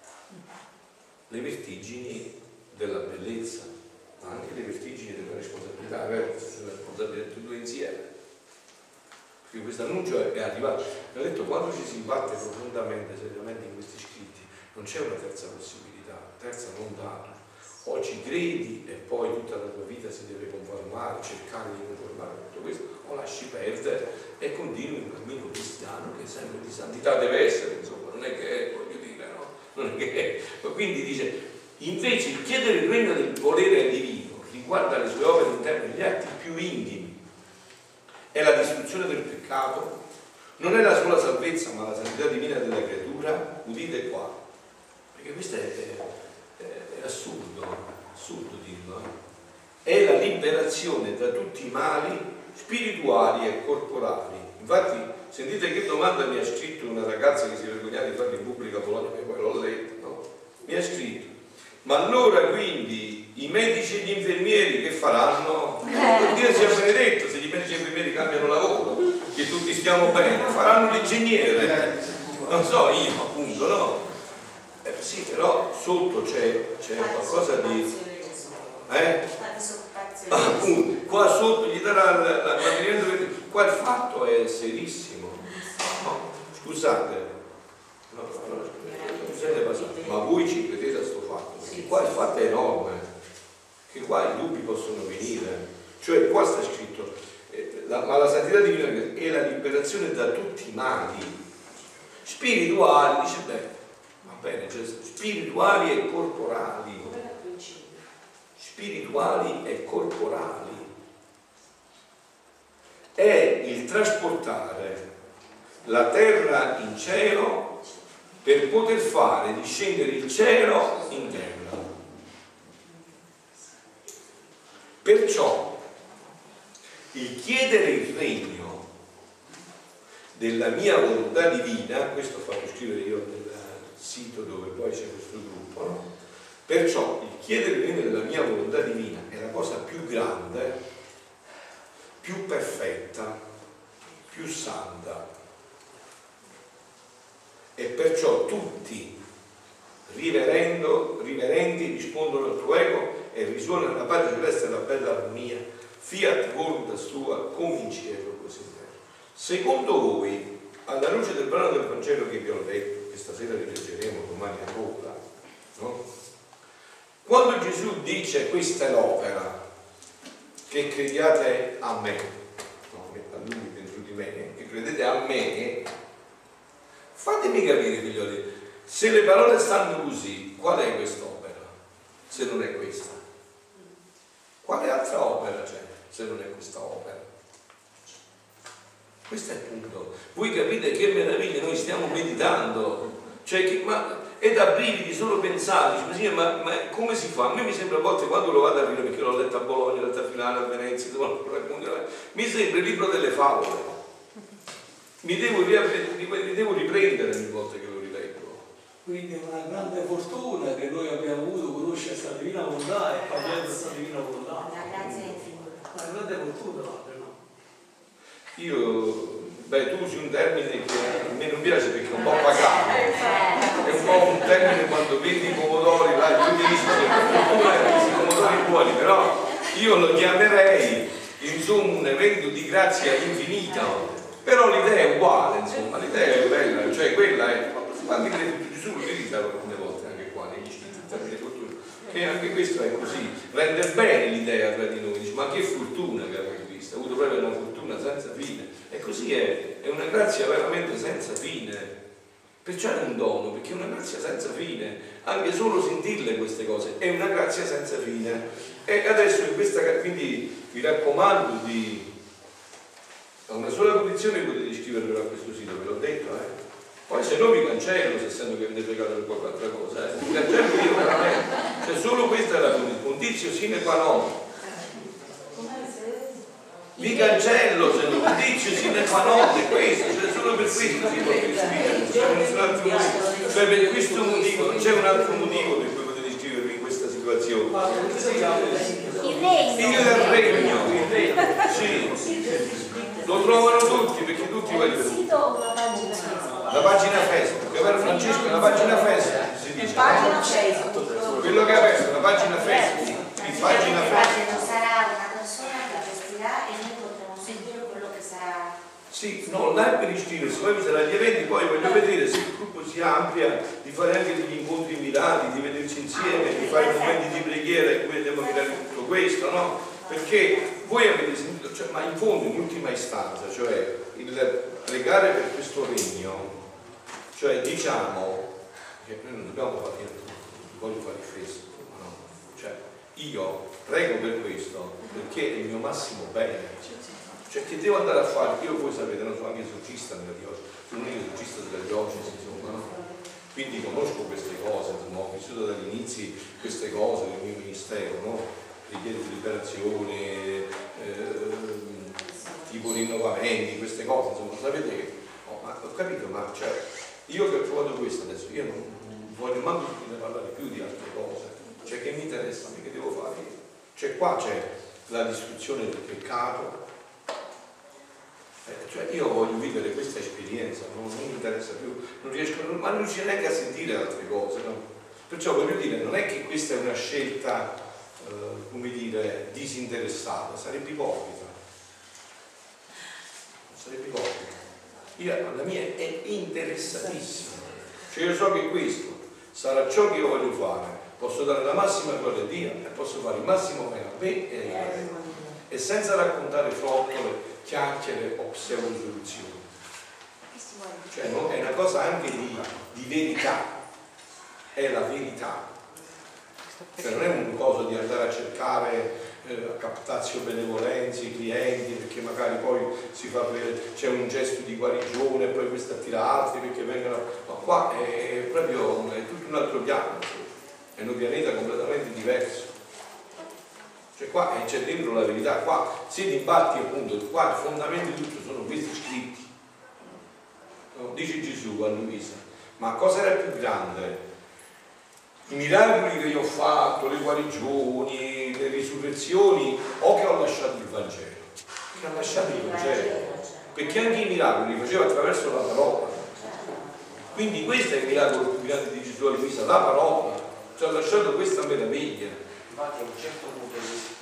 Le vertigini della bellezza, ma anche le vertigini della responsabilità, vero? Della responsabilità tutte e due insieme. Perché questo annuncio è arrivato. Mi ho detto, quando ci si imbatte profondamente, seriamente in questi scritti, non c'è una terza possibilità, terza non data. O ci credi e poi tutta la tua vita si deve conformare, cercare di conformare a tutto questo, o lasci perdere e continui un cammino cristiano che sempre di santità deve essere, insomma, non è che è, voglio dire, no? Non è che è. Quindi dice, invece il chiedere il regno del volere divino riguarda le sue opere interne, gli atti più intimi, è la distruzione del peccato, non è la sola salvezza ma la santità divina della creatura, udite qua, perché questo è, è, è assurdo, assurdo dirlo, eh? È la liberazione da tutti i mali spirituali e corporali. Infatti sentite che domanda mi ha scritto una ragazza che si vergognava di farlo in pubblica a Bologna, che poi l'ho letto, no? Mi ha scritto, ma allora quindi i medici e gli infermieri che faranno? Eh. Dio sia benedetto se gli medici e gli infermieri cambiano lavoro, che tutti stiamo bene, faranno l'ingegnere, non so io appunto, no? Eh, sì, però sotto c'è qualcosa di... Eh? Appunto, qua sotto gli darà la, la, la, qua il fatto è serissimo. No, scusate, no, no, scusate, ma voi ci credete a questo fatto? Perché qua il fatto è enorme, che qua i dubbi possono venire, cioè qua sta scritto, eh, la, ma la santità divina è la liberazione da tutti i mali spirituali, dice bene, va bene, cioè, spirituali e corporali. Spirituali e corporali, è il trasportare la terra in cielo per poter fare discendere il cielo in terra. Perciò il chiedere il regno della mia volontà divina, questo ho fatto scrivere io nel sito dove poi c'è questo gruppo, no? Perciò il chiedere il regno della mia volontà divina è la cosa più grande, più perfetta, più santa. E perciò tutti, riverendo, riverendi, rispondono al tuo ego e risuona nella pace celeste la bella armonia, fiat voluntas tua, come in cielo così in terra. Secondo voi, alla luce del brano del Vangelo che vi ho letto, che stasera rileggeremo domani ancora, no? Quando Gesù dice questa è l'opera, che crediate a me, no, a lui dentro di me, che credete a me, fatemi capire, figlioli, se le parole stanno così, qual è quest'opera? Se non è questa. Quale altra opera c'è se non è questa opera? Questo è il punto. Voi capite che meraviglia noi stiamo meditando, cioè che, ma è da brividi solo pensare, così, ma, ma come si fa? A me mi sembra a volte, quando lo vado a ridere, perché l'ho letto a Bologna, l'ho letto a Milano, a Venezia, mi sembra il libro delle favole. Mi devo, mi devo riprendere ogni volta che lo rileggo. Quindi è una grande fortuna che noi abbiamo avuto conoscere questa divina volontà e parlare di questa divina volontà. La grazia è infinita. Una grande fortuna, padre, no? Io... Beh, tu usi un termine che a me non piace perché è un po' pagato, è un po' un termine quando vedi i pomodori, là, tu dici i pomodori buoni, però io lo chiamerei insomma un evento di grazia infinita, però l'idea è uguale, insomma, l'idea è bella, cioè quella è, quando Gesù lo utilizza alcune volte anche qua negli scritti, il termine fortuna, che anche questo è così, rende bene l'idea tra di noi, dice, ma che fortuna che avete visto, ha avuto proprio una fortuna senza fine. E così è, è una grazia veramente senza fine. Perciò è un dono, perché è una grazia senza fine, anche solo sentirle queste cose è una grazia senza fine. E adesso in questa, quindi vi raccomando di, a una sola condizione potete iscrivervi a questo sito, ve l'ho detto, eh. Poi se no vi cancello, se essendo che avete pagato per qualche altra cosa, eh. Vi cancello io veramente, cioè solo questa è la condizione sine qua non. Vi cancello se non condizio sine qua non è questo, cioè solo per questo si può iscrivere, c'è nessun altro motivo, cioè per questo motivo, non c'è un altro motivo per cui potete iscrivervi in questa situazione. Il regno. Il regno, il regno, sì, lo trovano tutti perché tutti vogliono. Il sito o una pagina Facebook? La pagina Facebook, che Francesco, la pagina Facebook si dice. Pagina Facebook. Quello che ha aperto la pagina Facebook, in pagina Facebook. Sarà una persona che vestirà e noi potremo seguire quello che sarà. Sì, no, là è per iscriversi, poi vi saranno gli eventi, poi voglio vedere se il gruppo si amplia, di fare anche degli incontri mirati, di vederci insieme, di fare momenti di preghiera in cui andiamo a mirare tutto questo, no? Perché voi avete sentito, cioè, ma in fondo, in ultima istanza, cioè il pregare per questo regno, cioè diciamo che noi non dobbiamo fare, non voglio fare il festo, no? Cioè io prego per questo perché è il mio massimo bene. Cioè che devo andare a fare? Io voi sapete, non sono anche esorcista nella diocesi, sono l'unico esorcista della diocesi, insomma, no? Quindi conosco queste cose, insomma, ho vissuto dagli inizi queste cose del mio ministero, no? Richiede di liberazione, eh, tipo rinnovamenti, queste cose, insomma, sapete che oh, ma, ho capito, ma cioè, io che ho trovato questo adesso, io non, non voglio manco parlare più di altre cose, cioè che mi interessa, che devo fare? Cioè qua c'è la distruzione del peccato. Eh, cioè io voglio vivere questa esperienza, non, non mi interessa più, non riesco, non, ma non riesco neanche a sentire altre cose, no? Perciò voglio dire, non è che questa è una scelta, eh, come dire, disinteressata, sarebbe ipocrita, sarebbe ipocrita. Io, la mia è interessatissima, cioè io so che questo sarà ciò che io voglio fare, posso dare la massima gloria a Dio e posso fare il massimo bene a me e a me, e senza raccontare frottole, chiacchiere o pseudo-soluzioni. Cioè no? È una cosa anche di, di verità, è la verità. Cioè non è un cosa di andare a cercare eh, a captazio benevolenza i clienti perché magari poi si fa c'è un gesto di guarigione e poi questo attira altri perché vengono. Ma qua è proprio è tutto un altro piano, è un pianeta completamente diverso. Cioè qua c'è dentro la verità, qua se infatti appunto qua il fondamento di tutto sono questi scritti, no? Dice Gesù a Luisa, ma cosa era più grande? I miracoli che io ho fatto, le guarigioni, le risurrezioni, o che ho lasciato il Vangelo? Che ho lasciato il Vangelo, perché anche i miracoli li faceva attraverso la parola, quindi questo è il miracolo più grande di Gesù a Luisa, la parola, ci ha lasciato questa meraviglia. Infatti a un certo punto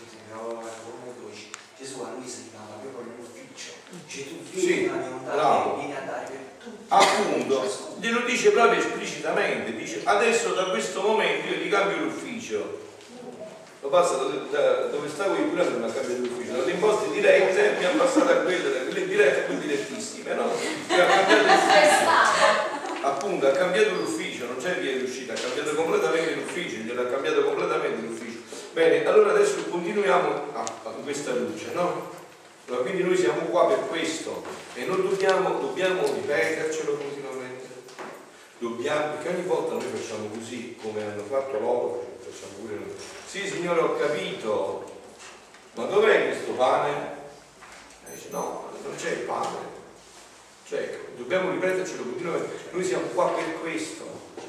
Gesù a Luisa gli dava proprio l'ufficio, cioè tu vieni, sì, a vieni a dare per tutti. Appunto, glielo dice proprio esplicitamente, dice adesso da questo momento io gli cambio l'ufficio. Lo passa da, da dove stavo io pure non ha cambiato l'ufficio, dalle imposte dirette mi ha passato a quelle, da quelle dirette a quelle direttissime, no? Ha cambiato, appunto ha cambiato l'ufficio, non c'è via di uscita, ha cambiato completamente l'ufficio, gliel'ha cambiato completamente l'ufficio. Bene, allora adesso continuiamo a, a questa luce, no? Allora, quindi noi siamo qua per questo e non dobbiamo, dobbiamo ripetercelo continuamente, dobbiamo, perché ogni volta noi facciamo così come hanno fatto loro, facciamo pure noi. Sì Signore ho capito, ma dov'è questo pane? E dice no, non c'è il pane, cioè dobbiamo ripetercelo continuamente, noi siamo qua per questo.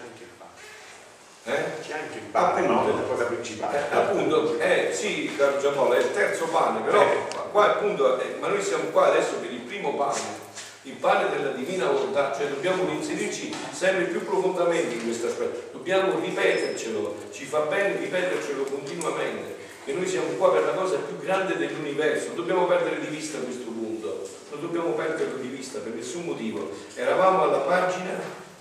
Eh? C'è anche il pane, no? È la cosa principale. Eh, appunto, eh, sì, caro Giampaolo, è il terzo pane, però qua appunto, eh, ma noi siamo qua adesso per il primo pane, il pane della divina volontà, cioè dobbiamo inserirci sempre più profondamente in questo aspetto, dobbiamo ripetercelo, ci fa bene ripetercelo continuamente, che noi siamo qua per la cosa più grande dell'universo, non dobbiamo perdere di vista questo punto, non dobbiamo perderlo di vista per nessun motivo. Eravamo alla pagina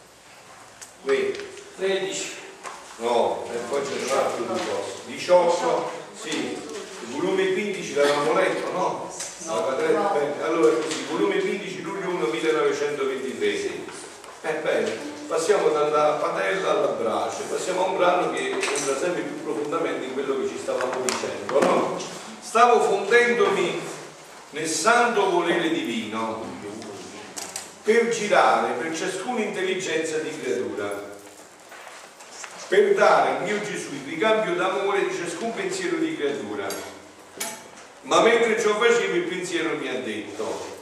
tredici. No, e poi c'è un altro diciotto, sì, il volume quindici l'avevamo letto, no? No. Allora, così, volume quindici, luglio primo millenovecentoventitré. È bene. dalla padella alla brace. Passiamo a un brano che entra sempre più profondamente in quello che ci stavamo dicendo, no? Stavo fondendomi nel santo volere divino per girare per ciascuna intelligenza di creatura, per dare al mio Gesù il ricambio d'amore di ciascun pensiero di creatura. Ma mentre ciò facevo, il pensiero mi ha detto: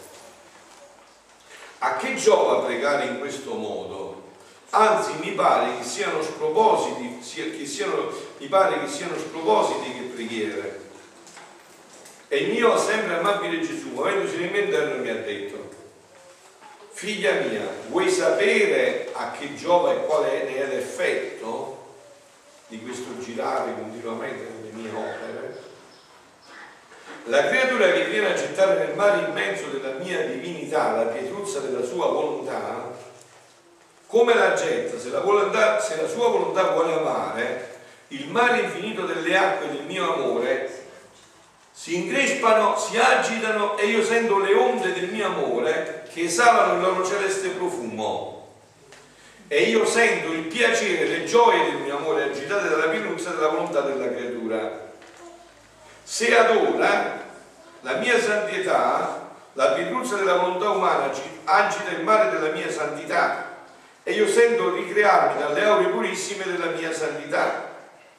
a che giova pregare in questo modo? Anzi, mi pare che siano spropositi, che siano, mi pare che siano spropositi che preghiere. E il mio sempre amabile Gesù, muovendosi nel mio interno, mi ha detto: figlia mia, vuoi sapere a che giova e quale ne è l'effetto di questo girare continuamente nelle mie opere? La creatura che viene a gettare nel mare immenso della mia divinità la pietruzza della sua volontà, come la getta, se la, volontà, se la sua volontà vuole amare, il mare infinito delle acque del mio amore si increspano, si agitano e io sento le onde del mio amore che esalano il loro celeste profumo. E io sento il piacere, le gioie del mio amore agitate dalla pietruzza della volontà della creatura. Se ad ora la mia santità, la pietruzza della volontà umana agita il mare della mia santità e io sento ricrearmi dalle aure purissime della mia santità.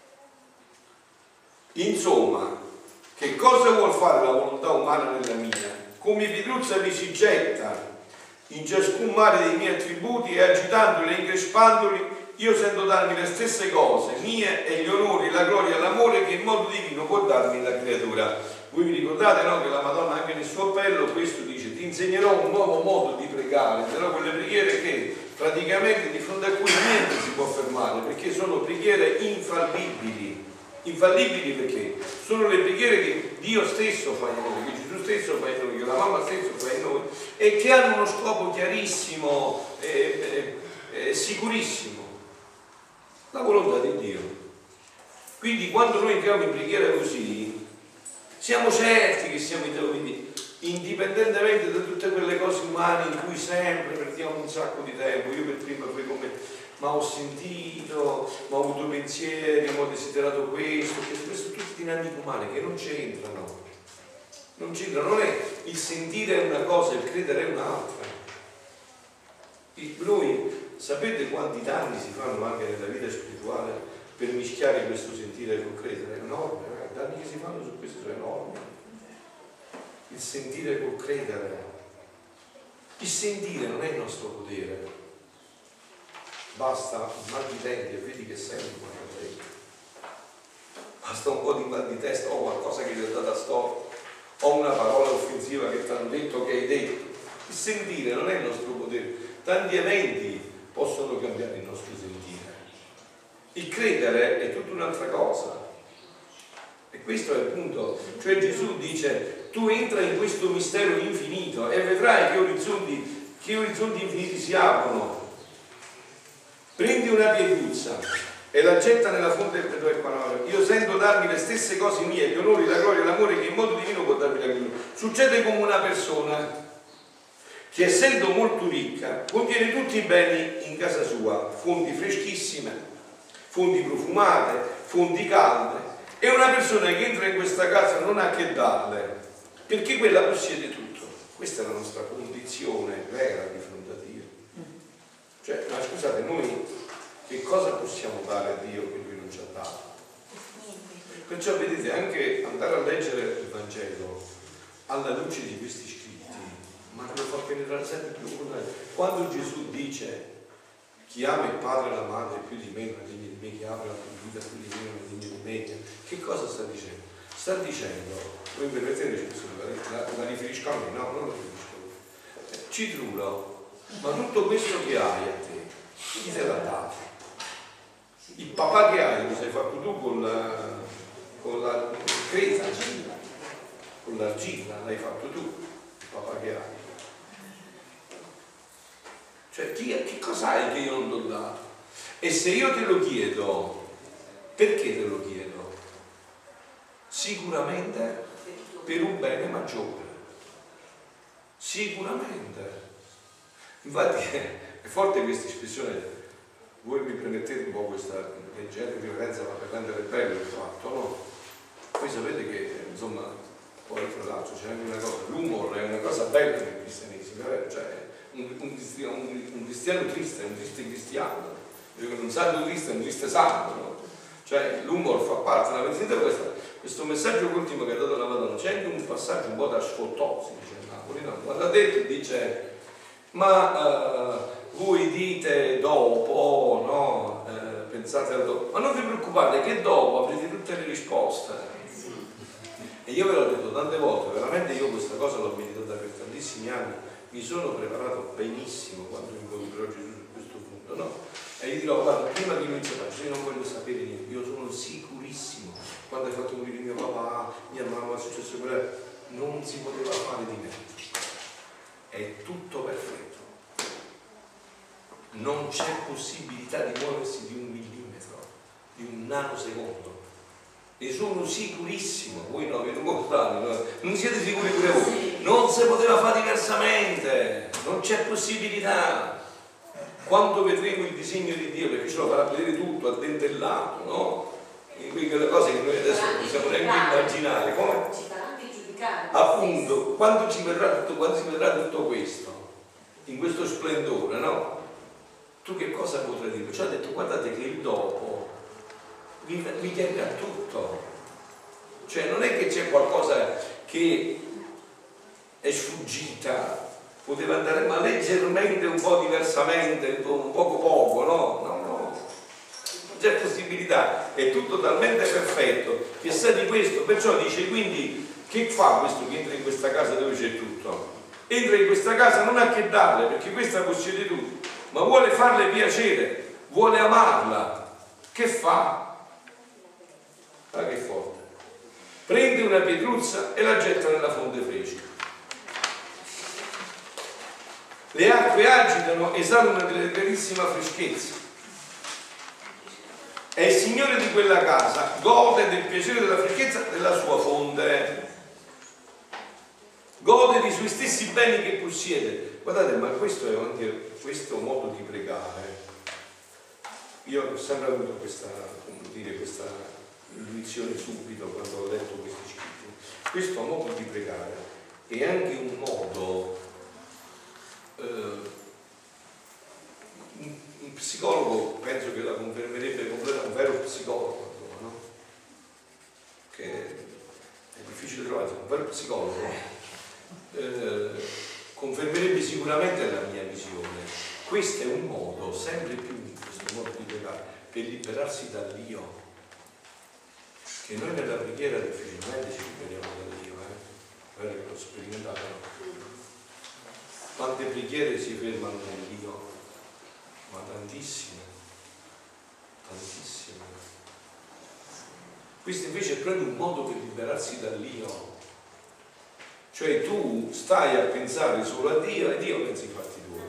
Insomma, che cosa vuol fare la volontà umana nella mia? Come pietruzza mi si getta in ciascun mare dei miei attributi e agitandoli e increspandoli io sento darmi le stesse cose mie e gli onori, la gloria e l'amore che in modo divino può darmi la creatura. Voi vi ricordate, no, che la Madonna anche nel suo appello questo dice: ti insegnerò un nuovo modo di pregare, però quelle preghiere che praticamente di fronte a cui niente si può fermare, perché sono preghiere infallibili. Infallibili perché sono le preghiere che Dio stesso fa in noi, che Gesù stesso fa in noi, che la mamma stesso fa in noi, e che hanno uno scopo chiarissimo e eh, eh, sicurissimo: la volontà di Dio. Quindi quando noi entriamo in preghiera così, siamo certi che siamo intervenuti, indipendentemente da tutte quelle cose umane in cui sempre perdiamo un sacco di tempo. Io per prima poi come ma ho sentito, ma ho avuto pensieri, ma ho desiderato questo, questo, questo tutte dinamiche umane che non c'entrano. Non c'entrano, non è il sentire è una cosa, il credere è un'altra. Noi sapete quanti danni si fanno anche nella vita spirituale per mischiare questo sentire col credere? È enorme, i danni che si fanno su questo sono enormi. Il sentire col credere. Il sentire non è il nostro potere. Basta un mal di denti e vedi che senti un mal di denti. Basta un po' di mal di testa o qualcosa che ti è data storta o una parola offensiva che ti hanno detto, che hai detto. Il sentire non è il nostro potere. Tanti eventi possono cambiare il nostro sentire. Il credere è tutta un'altra cosa. E questo è il punto. Cioè Gesù dice: tu entra in questo mistero infinito e vedrai che orizzonti, che orizzonti infiniti si aprono. Prendi una pietruzza e la getta nella fonte del tuo. Io sento darmi le stesse cose mie, gli onori, la gloria e l'amore che in modo divino può darmi la creatura. Succede come una persona che, essendo molto ricca, contiene tutti i beni in casa sua, fonti freschissime, fonti profumate, fonti calde, e una persona che entra in questa casa non ha che darle, perché quella possiede tutto. Questa è la nostra condizione vera di fronte a Dio. Cioè, ma scusate, noi che cosa possiamo dare a Dio che Lui non ci ha dato? Perciò vedete, anche andare a leggere il Vangelo alla luce di questi scritti, ma lo fa penetrare sempre più. Quando Gesù dice: chi ama il padre e la madre più di me non è degno di me, chi ama la vita più di me non è degno di me, che cosa sta dicendo? Sta dicendo, voi permettete, la, la riferisco a me, no, non la riferisco a me. Citrulo, ma tutto questo che hai a te, chi te l'ha dato? Il papà che hai lo sei fatto tu con la, con la creta, con l'argilla, l'hai fatto tu, il papà che hai. Cioè, chi, che cosa hai che io non ti ho dato? E se io te lo chiedo, perché te lo chiedo? Sicuramente per un bene maggiore. Sicuramente. Infatti è forte questa espressione: voi mi permettete un po' questa leggera violenza, ma per rendere bello il fatto, no? Voi sapete che, insomma, poi tra l'altro c'è anche una cosa, l'humor è una cosa bella nel cristianesimo, eh? Cioè un, un, cristiano, un, un cristiano triste è un triste cristiano, un santo triste è un triste santo, no? Cioè l'humor fa parte, la sentite questo, questo messaggio ultimo che ha dato la Madonna, c'è anche un passaggio un po' da sfottò, si dice a Napoli, no? Quando ha detto, dice, ma uh, voi dite dopo, no? Eh, pensate al dopo, ma non vi preoccupate che dopo avrete tutte le risposte. E io ve l'ho detto tante volte, veramente io questa cosa l'ho meditata per tantissimi anni, mi sono preparato benissimo quando incontrerò Gesù su questo punto, no? E gli dirò, guarda, prima di iniziare, io non voglio sapere niente, io sono sicurissimo, quando hai fatto morire mio papà, mia mamma, è successo quello, non si poteva fare di me. È tutto perfetto. Non c'è possibilità di muoversi di un millimetro, di un nanosecondo. Ne sono sicurissimo, voi no, avete mortali, no? Non siete sicuri pure voi? Non si poteva fare diversamente, non c'è possibilità. Quando vedremo il disegno di Dio, perché ce lo farà vedere tutto addentellato, no? In quelle cose che noi adesso non possiamo neanche immaginare. Come? Ci farà anche giudicare. Appunto, quando ci vedrà tutto, quando si vedrà tutto questo, in questo splendore, no? Tu che cosa potrai dire? Cioè ha detto, guardate che il dopo vi, vi chiede a tutto. Cioè non è che c'è qualcosa che è sfuggita, poteva andare ma leggermente, un po' diversamente, un poco poco, no? No, no. Non c'è possibilità, è tutto talmente perfetto che sa di questo, perciò dice quindi che fa questo che entra in questa casa dove c'è tutto? Entra in questa casa non a che darle, perché questa possiede tutto, ma vuole farle piacere, vuole amarla. Che fa? Ah, che forte. Prende una pietruzza e la getta nella fonte fresca. Le acque agitano, esalano di carissima freschezza. E il Signore di quella casa gode del piacere della freschezza della sua fonte. Gode dei suoi stessi beni che possiede. Guardate, ma questo è anche questo modo di pregare. Io ho sempre avuto questa, come dire, questa intuizione subito quando ho letto questi scritti. Questo modo di pregare è anche un modo, eh, un, un psicologo penso che la confermerebbe completa, un vero psicologo, no? Che è difficile trovare, un vero psicologo. Eh, confermerebbe sicuramente la mia visione. Questo è un modo sempre più, questo modo di pregare, per liberarsi dall'io, che noi nella preghiera difficilmente ci liberiamo dall'io, eh? Guarda che l'ho sperimentato, no? Quante preghiere si fermano nell'io? Ma tantissime, tantissime. Questo invece è proprio un modo per liberarsi dall'io. Cioè tu stai a pensare solo a Dio e Dio pensa ai fatti tuoi.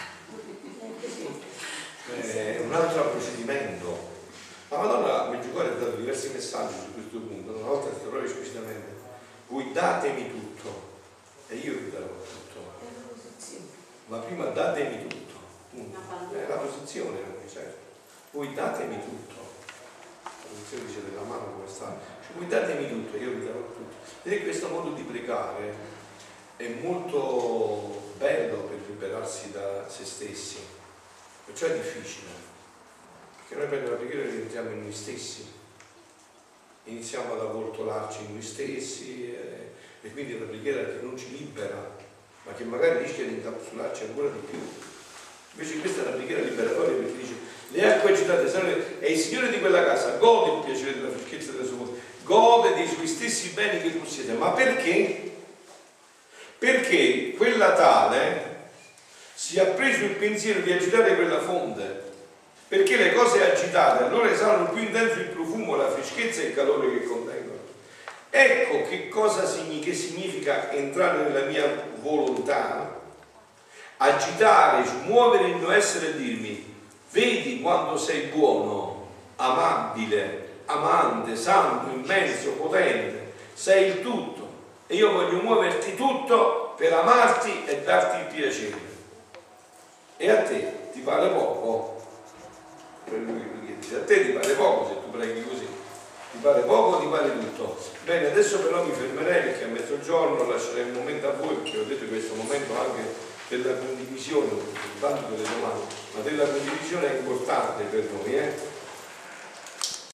È un altro procedimento. La Madonna Medjugorje ha dato diversi messaggi su questo punto. Una volta ha detto proprio esplicitamente: voi datemi tutto e io vi darò tutto. Ma prima datemi tutto. È la posizione anche, certo. Voi datemi tutto. La posizione dice della mano come sta. Cioè, voi datemi tutto e io vi darò tutto. Vedete, questo modo di pregare è molto bello per liberarsi da se stessi, perciò è difficile, perché noi per la preghiera rientriamo in noi stessi, iniziamo ad avvoltolarci in noi stessi e, e quindi è una preghiera che non ci libera, ma che magari rischia di incapsularci ancora di più. Invece questa è una preghiera liberatoria, perché dice: le acque agitate e il Signore di quella casa gode il piacere della freschezza della sua voce, gode dei suoi stessi beni che possiede. Ma perché? Perché quella tale si è preso il pensiero di agitare quella fonte, perché le cose agitate allora esalano più intenso il profumo, la freschezza e il calore che contengono. Ecco che cosa significa, che significa entrare nella mia volontà, agitare, smuovere il mio essere e dirmi: vedi quanto sei buono, amabile, amante, santo, immenso, potente, sei il tutto e io voglio muoverti tutto per amarti e darti il piacere. E a te ti vale poco? quello che lui chiede. A te ti pare poco se tu preghi così? Ti pare poco o ti pare tutto? Bene, adesso però mi fermerei perché a mezzogiorno lascerei un momento a voi, perché ho detto che questo momento anche della condivisione, tanto delle domande, ma della condivisione è importante per noi, eh?